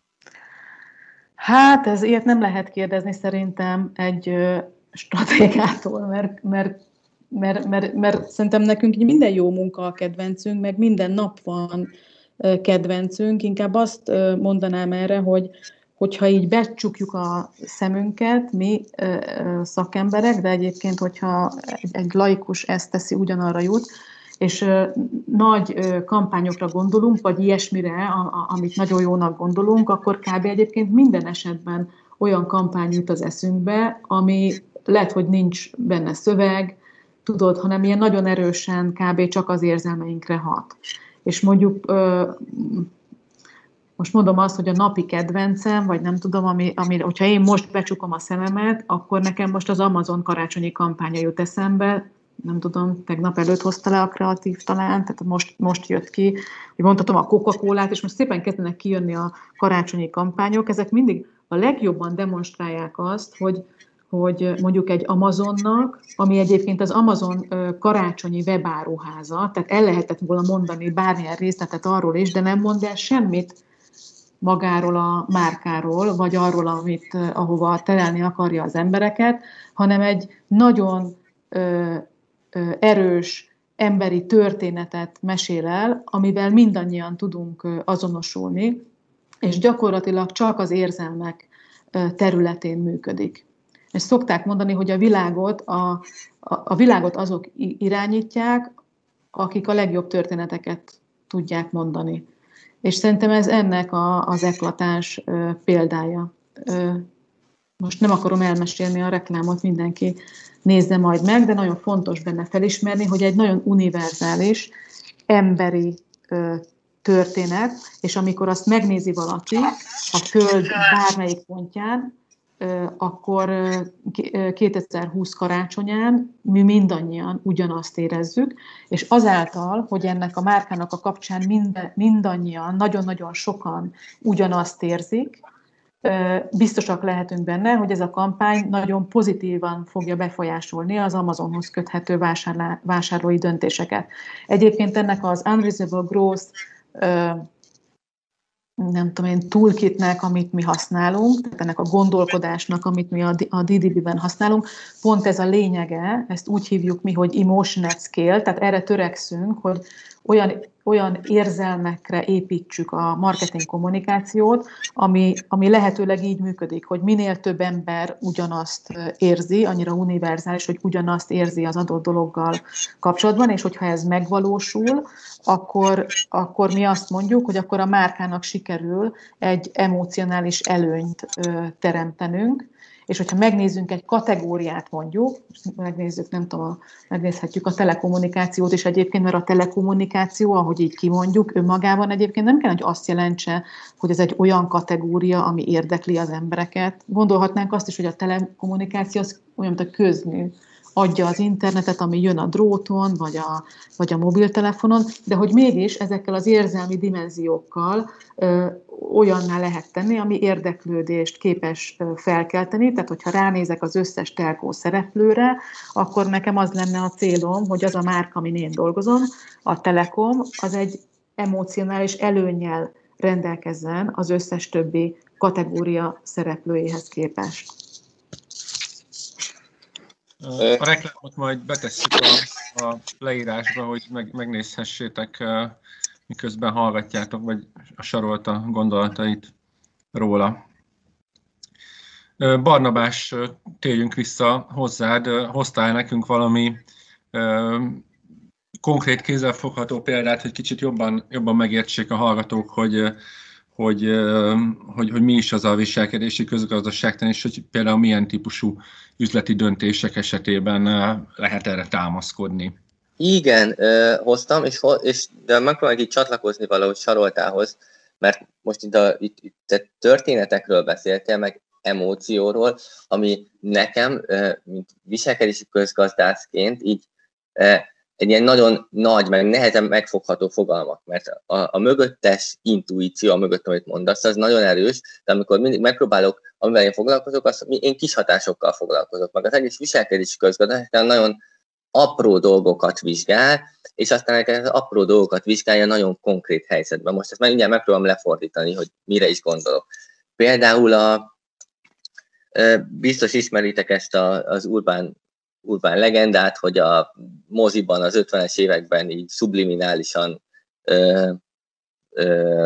Hát ez ilyet nem lehet kérdezni szerintem egy stratégától, mert, mert, mert, mert, mert szerintem nekünk minden jó munka a kedvencünk, meg minden nap van kedvencünk. Inkább azt mondanám erre, hogy hogyha így becsukjuk a szemünket, mi szakemberek, de egyébként, hogyha egy, egy laikus ezt teszi, ugyanarra jut, és nagy kampányokra gondolunk, vagy ilyesmire, amit nagyon jónak gondolunk, akkor kb. Egyébként minden esetben olyan kampány jut az eszünkbe, ami lehet, hogy nincs benne szöveg, tudod, hanem ilyen nagyon erősen kb. Csak az érzelmeinkre hat. És mondjuk, most mondom azt, hogy a napi kedvencem, vagy nem tudom, ami, ami, hogyha én most becsukom a szememet, akkor nekem most az Amazon karácsonyi kampánya jut eszembe, nem tudom, tegnap előtt hozta le a kreatív talán, tehát most, most jött ki, hogy mondhatom a Coca-Colát, és most szépen kezdenek kijönni a karácsonyi kampányok, ezek mindig a legjobban demonstrálják azt, hogy, hogy mondjuk egy Amazonnak, ami egyébként az Amazon karácsonyi webáruháza, tehát el lehetett volna mondani bármilyen részletet arról is, de nem mond el semmit magáról a márkáról, vagy arról, amit, ahova terelni akarja az embereket, hanem egy nagyon ö, ö, erős emberi történetet mesél el, amivel mindannyian tudunk azonosulni, és gyakorlatilag csak az érzelmek területén működik. És szokták mondani, hogy a világot, a, a, a világot azok irányítják, akik a legjobb történeteket tudják mondani. És szerintem ez ennek a, az eklatáns ö, példája. Ö, most nem akarom elmesélni a reklámot, mindenki nézze majd meg, de nagyon fontos benne felismerni, hogy egy nagyon univerzális, emberi ö, történet, és amikor azt megnézi valaki a Föld bármelyik pontján, ö, akkor ö, kétezer-húsz karácsonyán mi mindannyian ugyanazt érezzük, és azáltal, hogy ennek a márkának a kapcsán mind, mindannyian, nagyon-nagyon sokan ugyanazt érzik, biztosak lehetünk benne, hogy ez a kampány nagyon pozitívan fogja befolyásolni az Amazonhoz köthető vásárlá, vásárlói döntéseket. Egyébként ennek az Unreasonable Growth, nem tudom én, toolkitnek, amit mi használunk, tehát ennek a gondolkodásnak, amit mi a dé dé bé-ben használunk, pont ez a lényege, ezt úgy hívjuk mi, hogy emotion at scale, tehát erre törekszünk, hogy olyan, olyan érzelmekre építsük a marketing kommunikációt, ami, ami lehetőleg így működik, hogy minél több ember ugyanazt érzi, annyira univerzális, hogy ugyanazt érzi az adott dologgal kapcsolatban, és hogyha ez megvalósul, akkor, akkor mi azt mondjuk, hogy akkor a márkának sikerül egy emocionális előnyt ö, teremtenünk, és hogyha megnézzünk egy kategóriát mondjuk, megnézzük, nem tudom, megnézhetjük a telekommunikációt is egyébként, mert a telekommunikáció, ahogy így kimondjuk, önmagában egyébként nem kell, hogy azt jelentse, hogy ez egy olyan kategória, ami érdekli az embereket. Gondolhatnánk azt is, hogy a telekommunikáció az olyan, mint a közmű, adja az internetet, ami jön a dróton, vagy a, vagy a mobiltelefonon, de hogy mégis ezekkel az érzelmi dimenziókkal ö, olyanná lehet tenni, ami érdeklődést képes ö, felkelteni, tehát hogyha ránézek az összes telkó szereplőre, akkor nekem az lenne a célom, hogy az a márka, amin én dolgozom, a Telekom, az egy emocionális előnnyel rendelkezzen az összes többi kategória szereplőjéhez képest. A reklámot majd betesszük a, a leírásba, hogy meg, megnézhessétek, miközben hallgatjátok, vagy a Sarolta gondolatait róla. Barnabás, térjünk vissza hozzád. Hoztál nekünk valami konkrét kézzelfogható példát, hogy kicsit jobban, jobban megértsék a hallgatók, hogy Hogy, hogy, hogy mi is az a viselkedési közgazdaságtan, és hogy például milyen típusú üzleti döntések esetében lehet erre támaszkodni. Igen, ö, hoztam, és, és de megpróbálok így csatlakozni valahogy Saroltához, mert most itt, a, itt, itt te történetekről beszéltél, meg emócióról, ami nekem, mint viselkedési közgazdászként így egy ilyen nagyon nagy, meg nehezen megfogható fogalmak, mert a, a mögöttes intuíció, a mögött, amit mondasz, az nagyon erős, de amikor mindig megpróbálok, amivel én foglalkozok, az én kis hatásokkal foglalkozok, meg az egész viselkedési közgazdaság nagyon apró dolgokat vizsgál, és aztán az apró dolgokat vizsgálja nagyon konkrét helyzetben. Most ezt már mindjárt megpróbálom lefordítani, hogy mire is gondolok. Például a, biztos ismeritek ezt a, az urbán, urbán legendát, hogy a moziban az ötvenes években így subliminálisan ö, ö,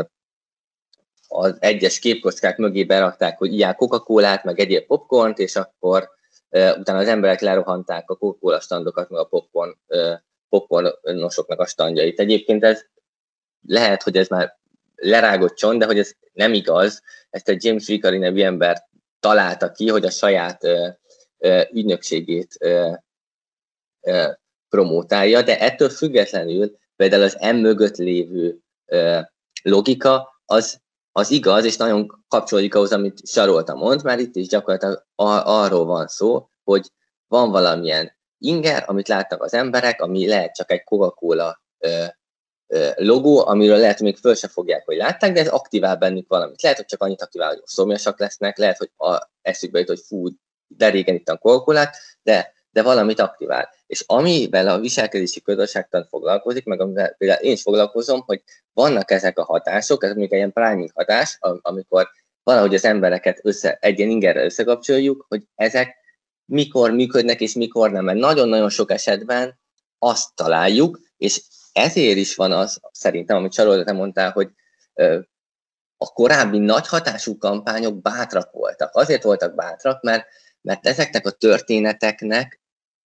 az egyes képkockák mögé berakták, hogy ilyál Coca-Colát, meg egyéb popcornt, és akkor uh, utána az emberek lerohanták a Coca-Cola standokat, meg a popcorn, uh, popcornosoknak a standjait. Egyébként ez lehet, hogy ez már lerágott csont, de hogy ez nem igaz. Ezt egy James Ricari nevű ember találta ki, hogy a saját uh, uh, ügynökségét uh, uh, promótálja, de ettől függetlenül például az M mögött lévő uh, logika az az igaz, és nagyon kapcsolódik ahhoz, amit Sarolta mond, már itt is gyakorlatilag arról van szó, hogy van valamilyen inger, amit látnak az emberek, ami lehet csak egy Coca-Cola ö, ö, logó, amiről lehet, hogy még föl se fogják, hogy látták, de ez aktivál bennük valamit. Lehet, hogy csak annyit aktivál, hogy szomjasak lesznek, lehet, hogy a eszükbe jut, hogy fú, de régen ittam Coca-Colát, de, de valamit aktivál. És amivel a viselkedési közösségtan foglalkozik, meg amivel például én is foglalkozom, hogy vannak ezek a hatások, ez még egy ilyen priming hatás, amikor valahogy az embereket össze, egy ilyen ingerrel összekapcsoljuk, hogy ezek mikor működnek és mikor nem. Mert nagyon-nagyon sok esetben azt találjuk, és ezért is van az, szerintem, amit Sarolta, te mondtál, hogy ö, a korábbi nagy hatású kampányok bátrak voltak. Azért voltak bátrak, mert, mert ezeknek a történeteknek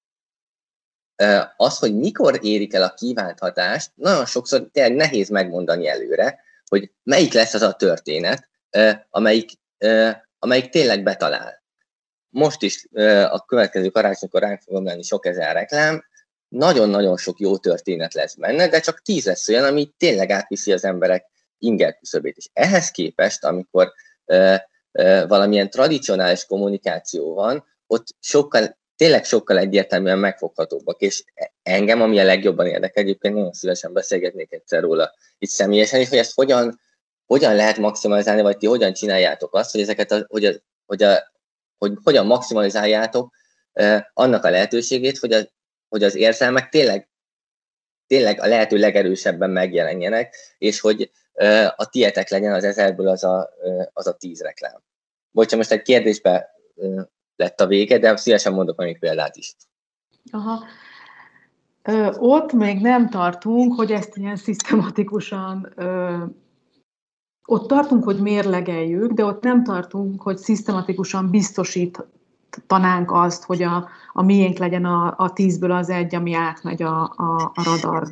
az, hogy mikor érik el a kívánt hatást, nagyon sokszor tényleg nehéz megmondani előre, hogy melyik lesz az a történet, amelyik, amelyik tényleg betalál. Most is a következő karácsonykor ránk fogom lenni sok ezer reklám, nagyon-nagyon sok jó történet lesz benne, de csak tíz lesz olyan, ami tényleg átviszi az emberek inger küszöbét. És ehhez képest, amikor valamilyen tradicionális kommunikáció van, ott sokkal tényleg sokkal egyértelműen megfoghatóbbak, és engem, ami a legjobban érdekel, egyébként nagyon szívesen beszélgetnék egyszer róla itt személyesen, és hogy ezt hogyan, hogyan lehet maximalizálni, vagy ti hogyan csináljátok azt, hogy ezeket, a, hogy, a, hogy, a, hogy hogyan maximalizáljátok eh, annak a lehetőségét, hogy, a, hogy az érzelmek tényleg, tényleg a lehető legerősebben megjelenjenek, és hogy eh, a tietek legyen az ezerből az a, eh, az a tíz reklám. Bocsánat, most egy kérdésbe eh, lett a vége, de szívesen mondok még példát is. Aha. Ö, ott még nem tartunk, hogy ezt ilyen szisztematikusan, ö, ott tartunk, hogy mérlegeljük, de ott nem tartunk, hogy szisztematikusan biztosítanánk azt, hogy a, a miénk legyen a, a tízből az egy, ami átmegy a, a, a radar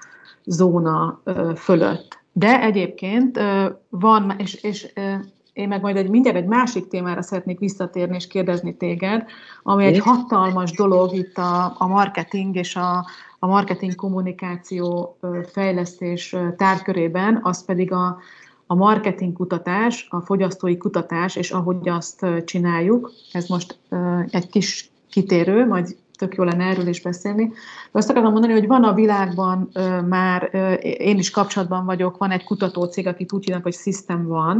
zóna ö, fölött. De egyébként ö, van, és, és ö, én meg majd egy, mindjárt egy másik témára szeretnék visszatérni és kérdezni téged, ami egy hatalmas dolog itt a, a marketing és a, a marketing kommunikáció fejlesztés tárgykörében, az pedig a, a marketing kutatás, a fogyasztói kutatás, és ahogy azt csináljuk. Ez most egy kis kitérő, majd tök jó lenne erről is beszélni. De azt akarom mondani, hogy van a világban már, én is kapcsolatban vagyok, van egy kutatócég, akit úgy hívnak, hogy System One,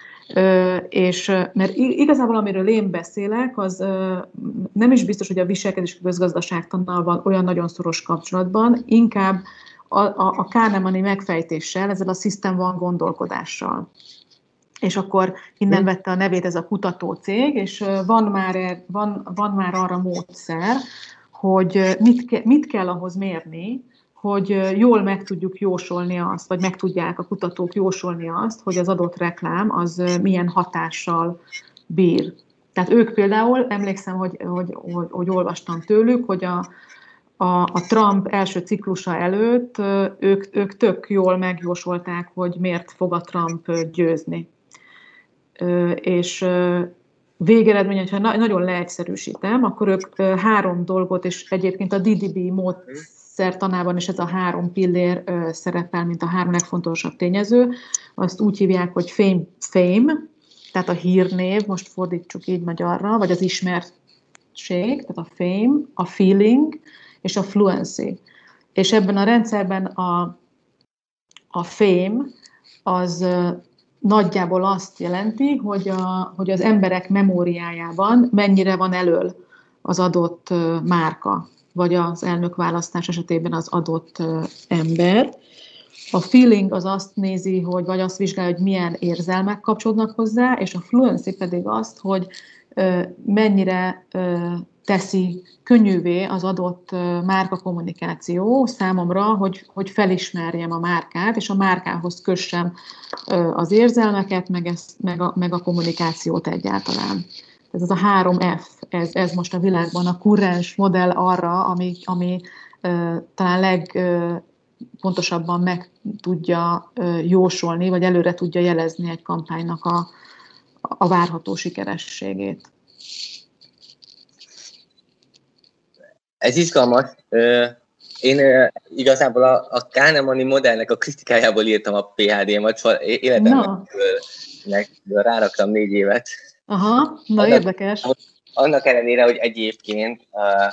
Ö, és mert igazából amiről én beszélek, az ö, nem is biztos, hogy a viselkedési közgazdaságtannal van olyan nagyon szoros kapcsolatban, inkább a, a, a Kahnemani megfejtéssel, ezzel a System One gondolkodással. És akkor innen vette a nevét ez a kutatócég, és van már, van, van már arra módszer, hogy mit, ke, mit kell ahhoz mérni, hogy jól meg tudjuk jósolni azt, vagy meg tudják a kutatók jósolni azt, hogy az adott reklám az milyen hatással bír. Tehát ők például, emlékszem, hogy, hogy, hogy, hogy olvastam tőlük, hogy a, a, a Trump első ciklusa előtt ők, ők tök jól megjósolták, hogy miért fog a Trump győzni. És végeredmény, hogyha nagyon leegyszerűsítem, akkor ők három dolgot, és egyébként a dé dé bé módszer módszertanában is ez a három pillér ö, szerepel, mint a három legfontosabb tényező. Azt úgy hívják, hogy fame, fame, tehát a hírnév, most fordítsuk így magyarra, vagy az ismertség, tehát a fame, a feeling és a fluency. És ebben a rendszerben a, a fame az nagyjából azt jelenti, hogy, a, hogy az emberek memóriájában mennyire van elől az adott márka, vagy az elnökválasztás esetében az adott ember. A feeling az azt nézi, hogy vagy azt vizsgálja, hogy milyen érzelmek kapcsolódnak hozzá, és a fluency pedig azt, hogy mennyire teszi könnyűvé az adott márka kommunikáció számomra, hogy, hogy felismerjem a márkát, és a márkához kössem az érzelmeket, meg, ezt, meg, a, meg a kommunikációt egyáltalán. Ez az a három F, ez, ez most a világban a kurrens modell arra, ami, ami talán legpontosabban meg tudja jósolni, vagy előre tudja jelezni egy kampánynak a, a várható sikerességét. Ez izgalmas. Én igazából a, a Kahnemani modellnek a kritikájából írtam a pé há dé-mat, szóval életemben ráraktam négy évet. Aha, na annak, érdekes. Annak ellenére, hogy egyébként uh,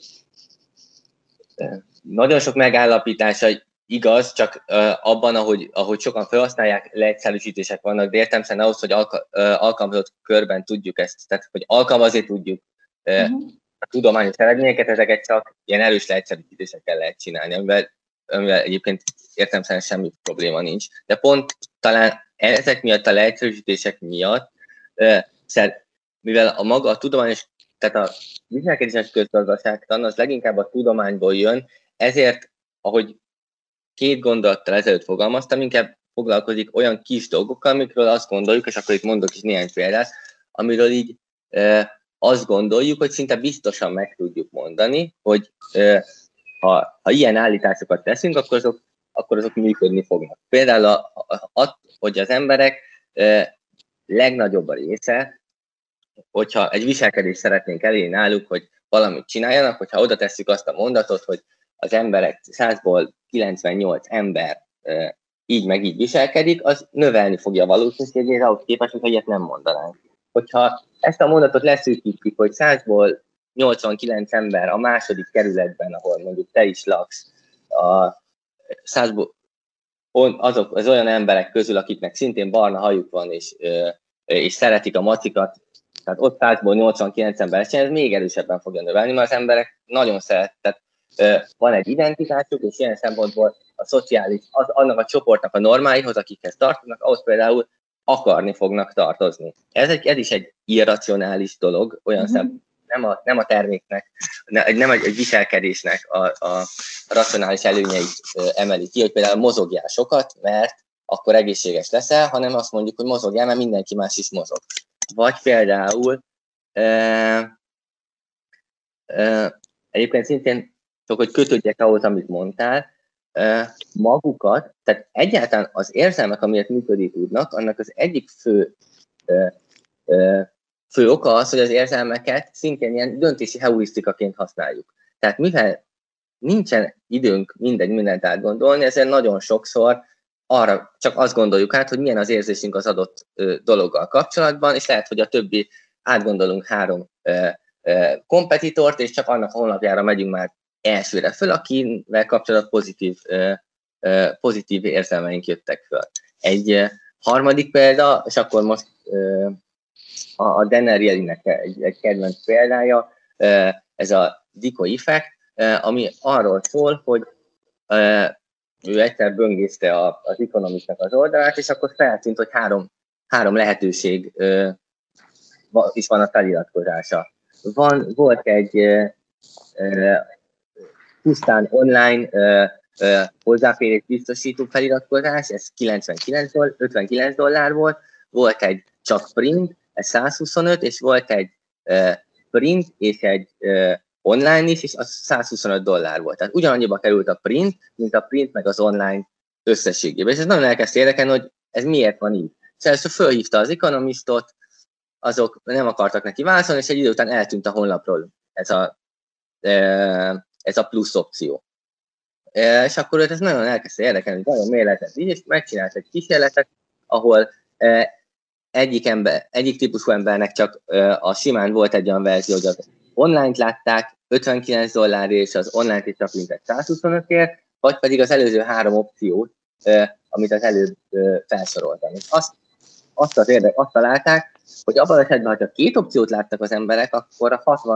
nagyon sok megállapítása igaz, csak uh, abban, ahogy, ahogy sokan felhasználják, leegyszerűsítések vannak, de értelemszerűen ahhoz, hogy alka, uh, alkalmazott körben tudjuk ezt, tehát hogy alkalmazni tudjuk uh, uh-huh. a tudományos eredményeket, ezeket csak ilyen erős leegyszerűsítésekkel lehet csinálni, amivel, amivel egyébként értelemszerűen semmi probléma nincs. De pont talán ezek miatt, a leegyszerűsítések miatt, uh, mivel a maga a tudományos, tehát a viselkedéses közgazdaságtan az leginkább a tudományból jön, ezért, ahogy két gondolattal ezelőtt fogalmaztam, inkább foglalkozik olyan kis dolgokkal, amikről azt gondoljuk, és akkor itt mondok is néhány példát, amiről így e, azt gondoljuk, hogy szinte biztosan meg tudjuk mondani, hogy e, ha, ha ilyen állításokat teszünk, akkor azok, akkor azok működni fognak. Például, a, a, a, hogy az emberek e, legnagyobb a része, hogyha egy viselkedést szeretnénk elérni náluk, hogy valamit csináljanak, hogyha oda tesszük azt a mondatot, hogy az emberek százból kilencvennyolc ember e, így meg így viselkedik, az növelni fogja a valószínűségét, ahhoz képest, hogy ilyet nem mondanánk. Hogyha ezt a mondatot leszűkítjük, hogy százból nyolcvankilenc ember a második kerületben, ahol mondjuk te is laksz, a százból azok az olyan emberek közül, akiknek szintén barna hajuk van, és, és szeretik a macikat, tehát ott százból nyolcvankilenc ember csinál, ez még erősebben fogja növelni, mert az emberek nagyon szeretnek. Van egy identitásuk, és ilyen szempontból a szociális, az, annak a csoportnak a normáihoz, akikhez tartoznak, ahhoz például akarni fognak tartozni. Ez, egy, ez is egy irracionális dolog, olyan uh-huh. szempontból, nem a, nem a terméknek, nem egy, egy viselkedésnek a, a racionális előnyeit emeli ki, hogy például mozogjál sokat, mert akkor egészséges leszel, hanem azt mondjuk, hogy mozogjál, mert mindenki más is mozog. Vagy például e, e, egyébként szintén csak, hogy kötődjek ahhoz, amit mondtál, e, magukat, tehát egyáltalán az érzelmek, amiért működni tudnak, annak az egyik fő e, e, fő oka az, hogy az érzelmeket szintén ilyen döntési heurisztikaként használjuk. Tehát mivel nincsen időnk mindegy mindent átgondolni, ezért nagyon sokszor arra csak azt gondoljuk át, hogy milyen az érzésünk az adott ö, dologgal kapcsolatban, és lehet, hogy a többi átgondolunk három ö, ö, kompetitort, és csak annak a honlapjára megyünk már elsőre föl, akivel kapcsolatban pozitív, ö, ö, pozitív érzelmeink jöttek föl. Egy ö, harmadik példa, és akkor most ö, a Dan Arielynek egy, egy kedvenc példája, ez a decoy effect, ami arról szól, hogy ő egyszer böngészte az Economistnak az oldalát, és akkor feltűnt, hogy három, három lehetőség is van a feliratkozása. Van, volt egy pusztán online hozzáférés biztosító feliratkozás, ez kilencvenkilenc, ötvenkilenc dollár volt, volt egy csak print, ez százhuszonöt, és volt egy uh, print és egy uh, online is, és az százhuszonöt dollár volt. Tehát ugyanannyiba került a print, mint a print meg az online összességében. És ez nagyon elkezdte érdekelni, hogy ez miért van így. És először fölhívta az Economistot, azok nem akartak neki válaszolni, és egy idő után eltűnt a honlapról ez a, uh, ez a plusz opció. és akkor őt ez nagyon elkezdte érdekelni, nagyon méletet így, és megcsinált egy kísérletet, ahol egyik, ember, egyik típusú embernek csak a simán volt egy olyan verzió, hogy az online-t látták ötvenkilenc dollárért, és az online-t is csak mintegy százhuszonötért, vagy pedig az előző három opciót, amit az előbb felsoroltam. És azt, azt, az érdek, azt találták, hogy abban az esetben, ha két opciót láttak az emberek, akkor a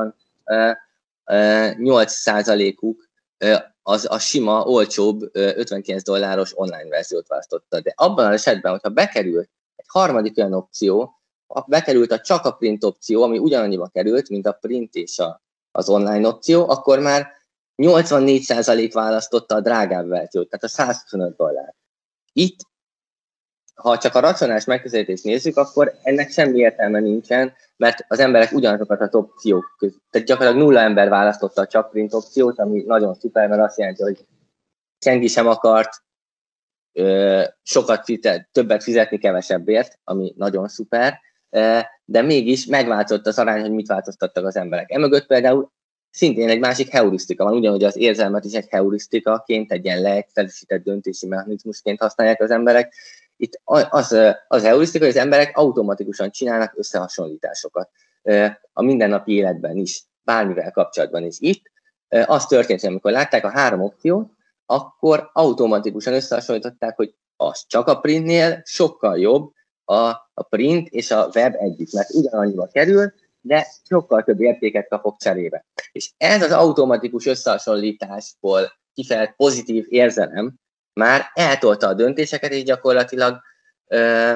hatvannyolc százalékuk az a sima, olcsóbb ötvenkilenc dolláros online verziót választotta. De abban az esetben, hogyha bekerült egy harmadik olyan opció, bekerült a csak a print opció, ami ugyanannyiba került, mint a print és a, az online opció, akkor már nyolcvannégy százalék választotta a drágább verziót, tehát a százhuszonöt dollár. Itt, ha csak a racionális megközelítést nézzük, akkor ennek semmi értelme nincsen, mert az emberek ugyanazokat az opciók között, tehát gyakorlatilag nulla ember választotta a csak print opciót, ami nagyon szuper, mert azt jelenti, hogy senki sem akart ö, sokat fizet, többet fizetni kevesebbért, ami nagyon szuper, de mégis megváltozott az arány, hogy mit változtattak az emberek. Emögött például szintén egy másik heurisztika van, ugyanúgy az érzelmet is egy heurisztikaként, egy ilyen leegyszerűsített döntési mechanizmusként használják az emberek. Itt az, az heurisztika, hogy az emberek automatikusan csinálnak összehasonlításokat a mindennapi életben is, bármivel kapcsolatban is. Itt az történt, hogy amikor látták a három opciót, akkor automatikusan összehasonlították, hogy az csak a printnél sokkal jobb a, a print és a web együtt, mert ugyanannyiba kerül, de sokkal több értéket kapok cserébe. És ez az automatikus összehasonlításból kifejezett pozitív érzelem már eltolta a döntéseket, és gyakorlatilag ö,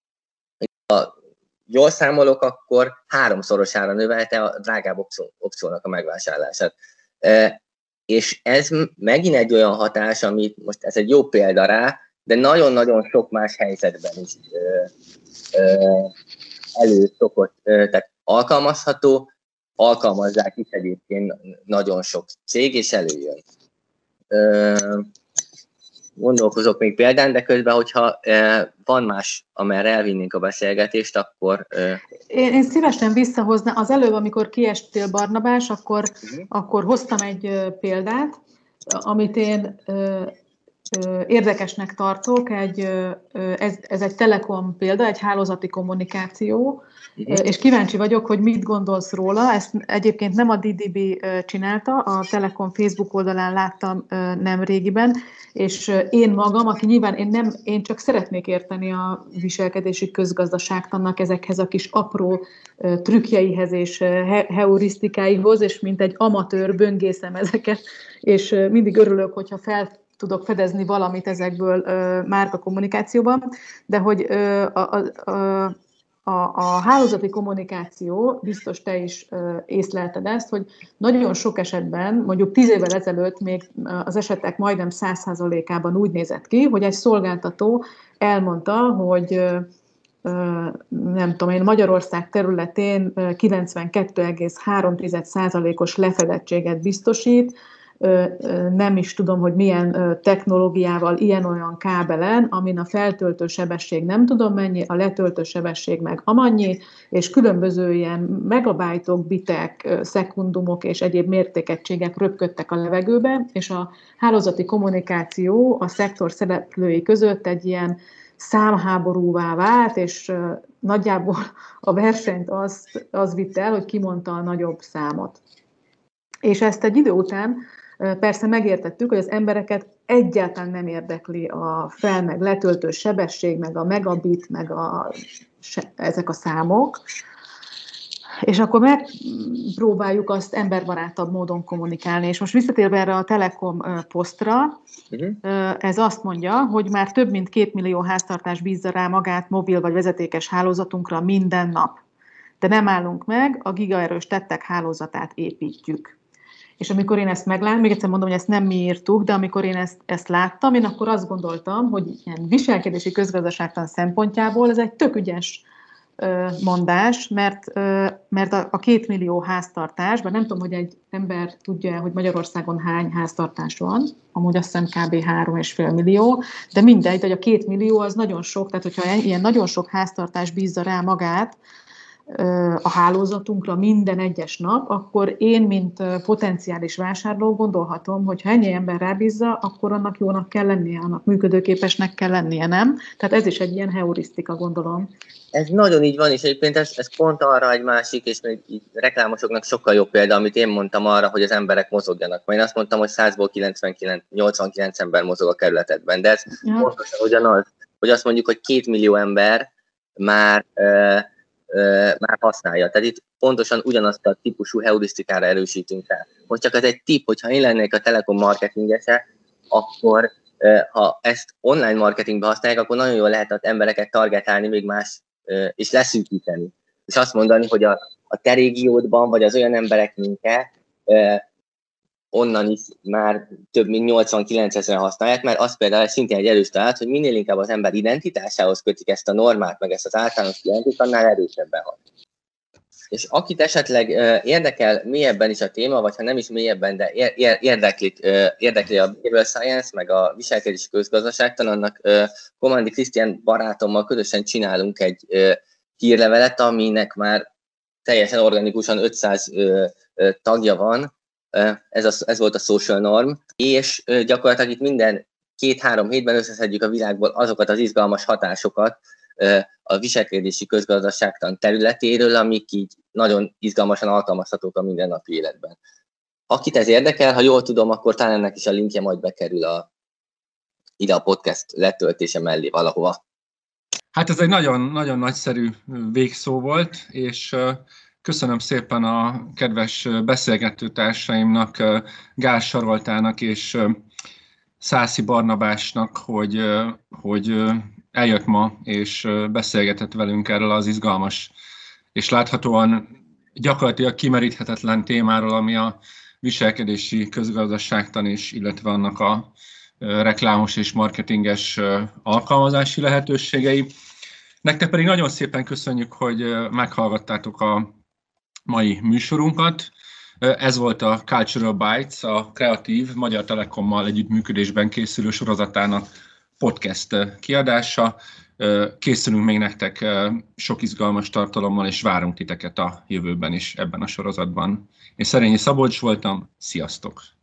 ha jól számolok, akkor háromszorosára növelte a drágább opció, opciónak a megvásárlását. Ö, és ez megint egy olyan hatás, amit most ez egy jó példa rá, de nagyon-nagyon sok más helyzetben is ö, ö, elő szokott, ö, tehát alkalmazható, alkalmazzák is egyébként nagyon sok cég, és előjön. Ö, gondolkozok még példán, de közben, hogyha ö, van más, amerre elvinnénk a beszélgetést, akkor... Ö... Én, én szívesen visszahoznám, az előbb, amikor kiestél, Barnabás, akkor, uh-huh. akkor hoztam egy ö, példát, amit én ö, ö, érdekesnek tartok, egy, ö, ez, ez egy telekom példa, egy hálózati kommunikáció, uh-huh. és kíváncsi vagyok, hogy mit gondolsz róla. Ezt egyébként nem a dé dé bé csinálta, a Telekom Facebook oldalán láttam nem régiben, és én magam, aki nyilván én, nem, én csak szeretnék érteni a viselkedési közgazdaságtannak ezekhez a kis apró trükkjeihez és heurisztikáihoz, és mint egy amatőr böngészem ezeket, és mindig örülök, hogyha fel tudok fedezni valamit ezekből márkakommunikációban, de hogy a, a, a A, a hálózati kommunikáció, biztos te is ö, észlelted ezt, hogy nagyon sok esetben, mondjuk tíz évvel ezelőtt még az esetek majdnem száz százalékában úgy nézett ki, hogy egy szolgáltató elmondta, hogy ö, ö, nem tudom én, Magyarország területén kilencvenkettő egész három százalékos lefedettséget biztosít, nem is tudom, hogy milyen technológiával, ilyen-olyan kábelen, amin a feltöltő sebesség nem tudom mennyi, a letöltő sebesség meg amannyi, és különböző ilyen megabájtok, bitek, szekundumok és egyéb mértékegységek röpködtek a levegőbe, és a hálózati kommunikáció a szektor szereplői között egy ilyen számháborúvá vált, és nagyjából a versenyt az, az vitte el, hogy kimondta a nagyobb számot. És ezt egy idő után persze megértettük, hogy az embereket egyáltalán nem érdekli a fel, meg letöltő sebesség, meg a megabit, meg a, ezek a számok, és akkor megpróbáljuk azt emberbarátabb módon kommunikálni. És most visszatérve erre a Telekom posztra, ez azt mondja, hogy már több mint két millió háztartás bízza rá magát mobil vagy vezetékes hálózatunkra minden nap. De nem állunk meg, a gigaerős tettek hálózatát építjük. És amikor én ezt megláttam, még egyszer mondom, hogy ezt nem mi írtuk, de amikor én ezt, ezt láttam, én akkor azt gondoltam, hogy ilyen viselkedési közgazdaságtan szempontjából ez egy tök ügyes ö, mondás, mert, ö, mert a, a két millió háztartás, bár nem tudom, hogy egy ember tudja, hogy Magyarországon hány háztartás van, amúgy azt hiszem kb. három és fél millió, de mindegy, hogy a két millió az nagyon sok, tehát hogyha ilyen nagyon sok háztartás bízza rá magát a hálózatunkra minden egyes nap, akkor én, mint potenciális vásárló gondolhatom, hogy ha ennyi ember rábízza, akkor annak jónak kell lennie, annak működőképesnek kell lennie, nem? Tehát ez is egy ilyen heurisztika, gondolom. Ez nagyon így van, és egyébként ez, ez pont arra egy másik, és még így reklámosoknak sokkal jobb példa, amit én mondtam arra, hogy az emberek mozogjanak. Mert én azt mondtam, hogy százból kilencvenkilenc, nyolcvankilenc ember mozog a kerületedben, de ez ja. pontosan ugyanaz, hogy azt mondjuk, hogy két millió ember már, uh, uh, már használja. Tehát itt pontosan ugyanazt a típusú heurisztikára erősítünk rá. Most csak ez egy tipp, hogyha én lennék a Telekom marketingese, akkor uh, ha ezt online marketingbe használják, akkor nagyon jól lehet az embereket targetálni még más és leszűkíteni. És azt mondani, hogy a, a te régiódban, vagy az olyan emberek, mint te, eh, onnan is már több mint nyolcvankilencezren használják, mert az például szintén egy erős találat, hogy minél inkább az ember identitásához kötik ezt a normát, meg ezt az általános jelentést, annál erősebben hat. És akit esetleg eh, érdekel mélyebben is a téma, vagy ha nem is mélyebben, de érdekli, eh, érdekli a behavioral science, meg a viselkedési közgazdaságtan, annak eh, Komandi Krisztián barátommal közösen csinálunk egy eh, hírlevelet, aminek már teljesen organikusan ötszáz eh, eh, tagja van. Eh, ez, a, ez volt a social norm, és eh, gyakorlatilag itt minden két-három hétben összeszedjük a világból azokat az izgalmas hatásokat eh, a viselkedési közgazdaságtan területéről, amik így nagyon izgalmasan alkalmazhatók a mindennapi életben. Akit ez érdekel, ha jól tudom, akkor talán ennek is a linkje majd bekerül a, ide a podcast letöltése mellé valahova. Hát ez egy nagyon, nagyon nagyszerű végszó volt, és köszönöm szépen a kedves beszélgetőtársaimnak, Gál Saroltának és Szászi Barnabásnak, hogy, hogy eljött ma, és beszélgetett velünk erről az izgalmas, és láthatóan gyakorlatilag kimeríthetetlen témáról, ami a viselkedési közgazdaságtan is, illetve annak a reklámos és marketinges alkalmazási lehetőségei. Nektek pedig nagyon szépen köszönjük, hogy meghallgattátok a mai műsorunkat. Ez volt a Cultural Bytes, a kreatív Magyar Telekommal együttműködésben készülő sorozatának podcast kiadása. Készülünk még nektek sok izgalmas tartalommal, és várunk titeket a jövőben is ebben a sorozatban. Én Szerényi Szabolcs voltam, sziasztok!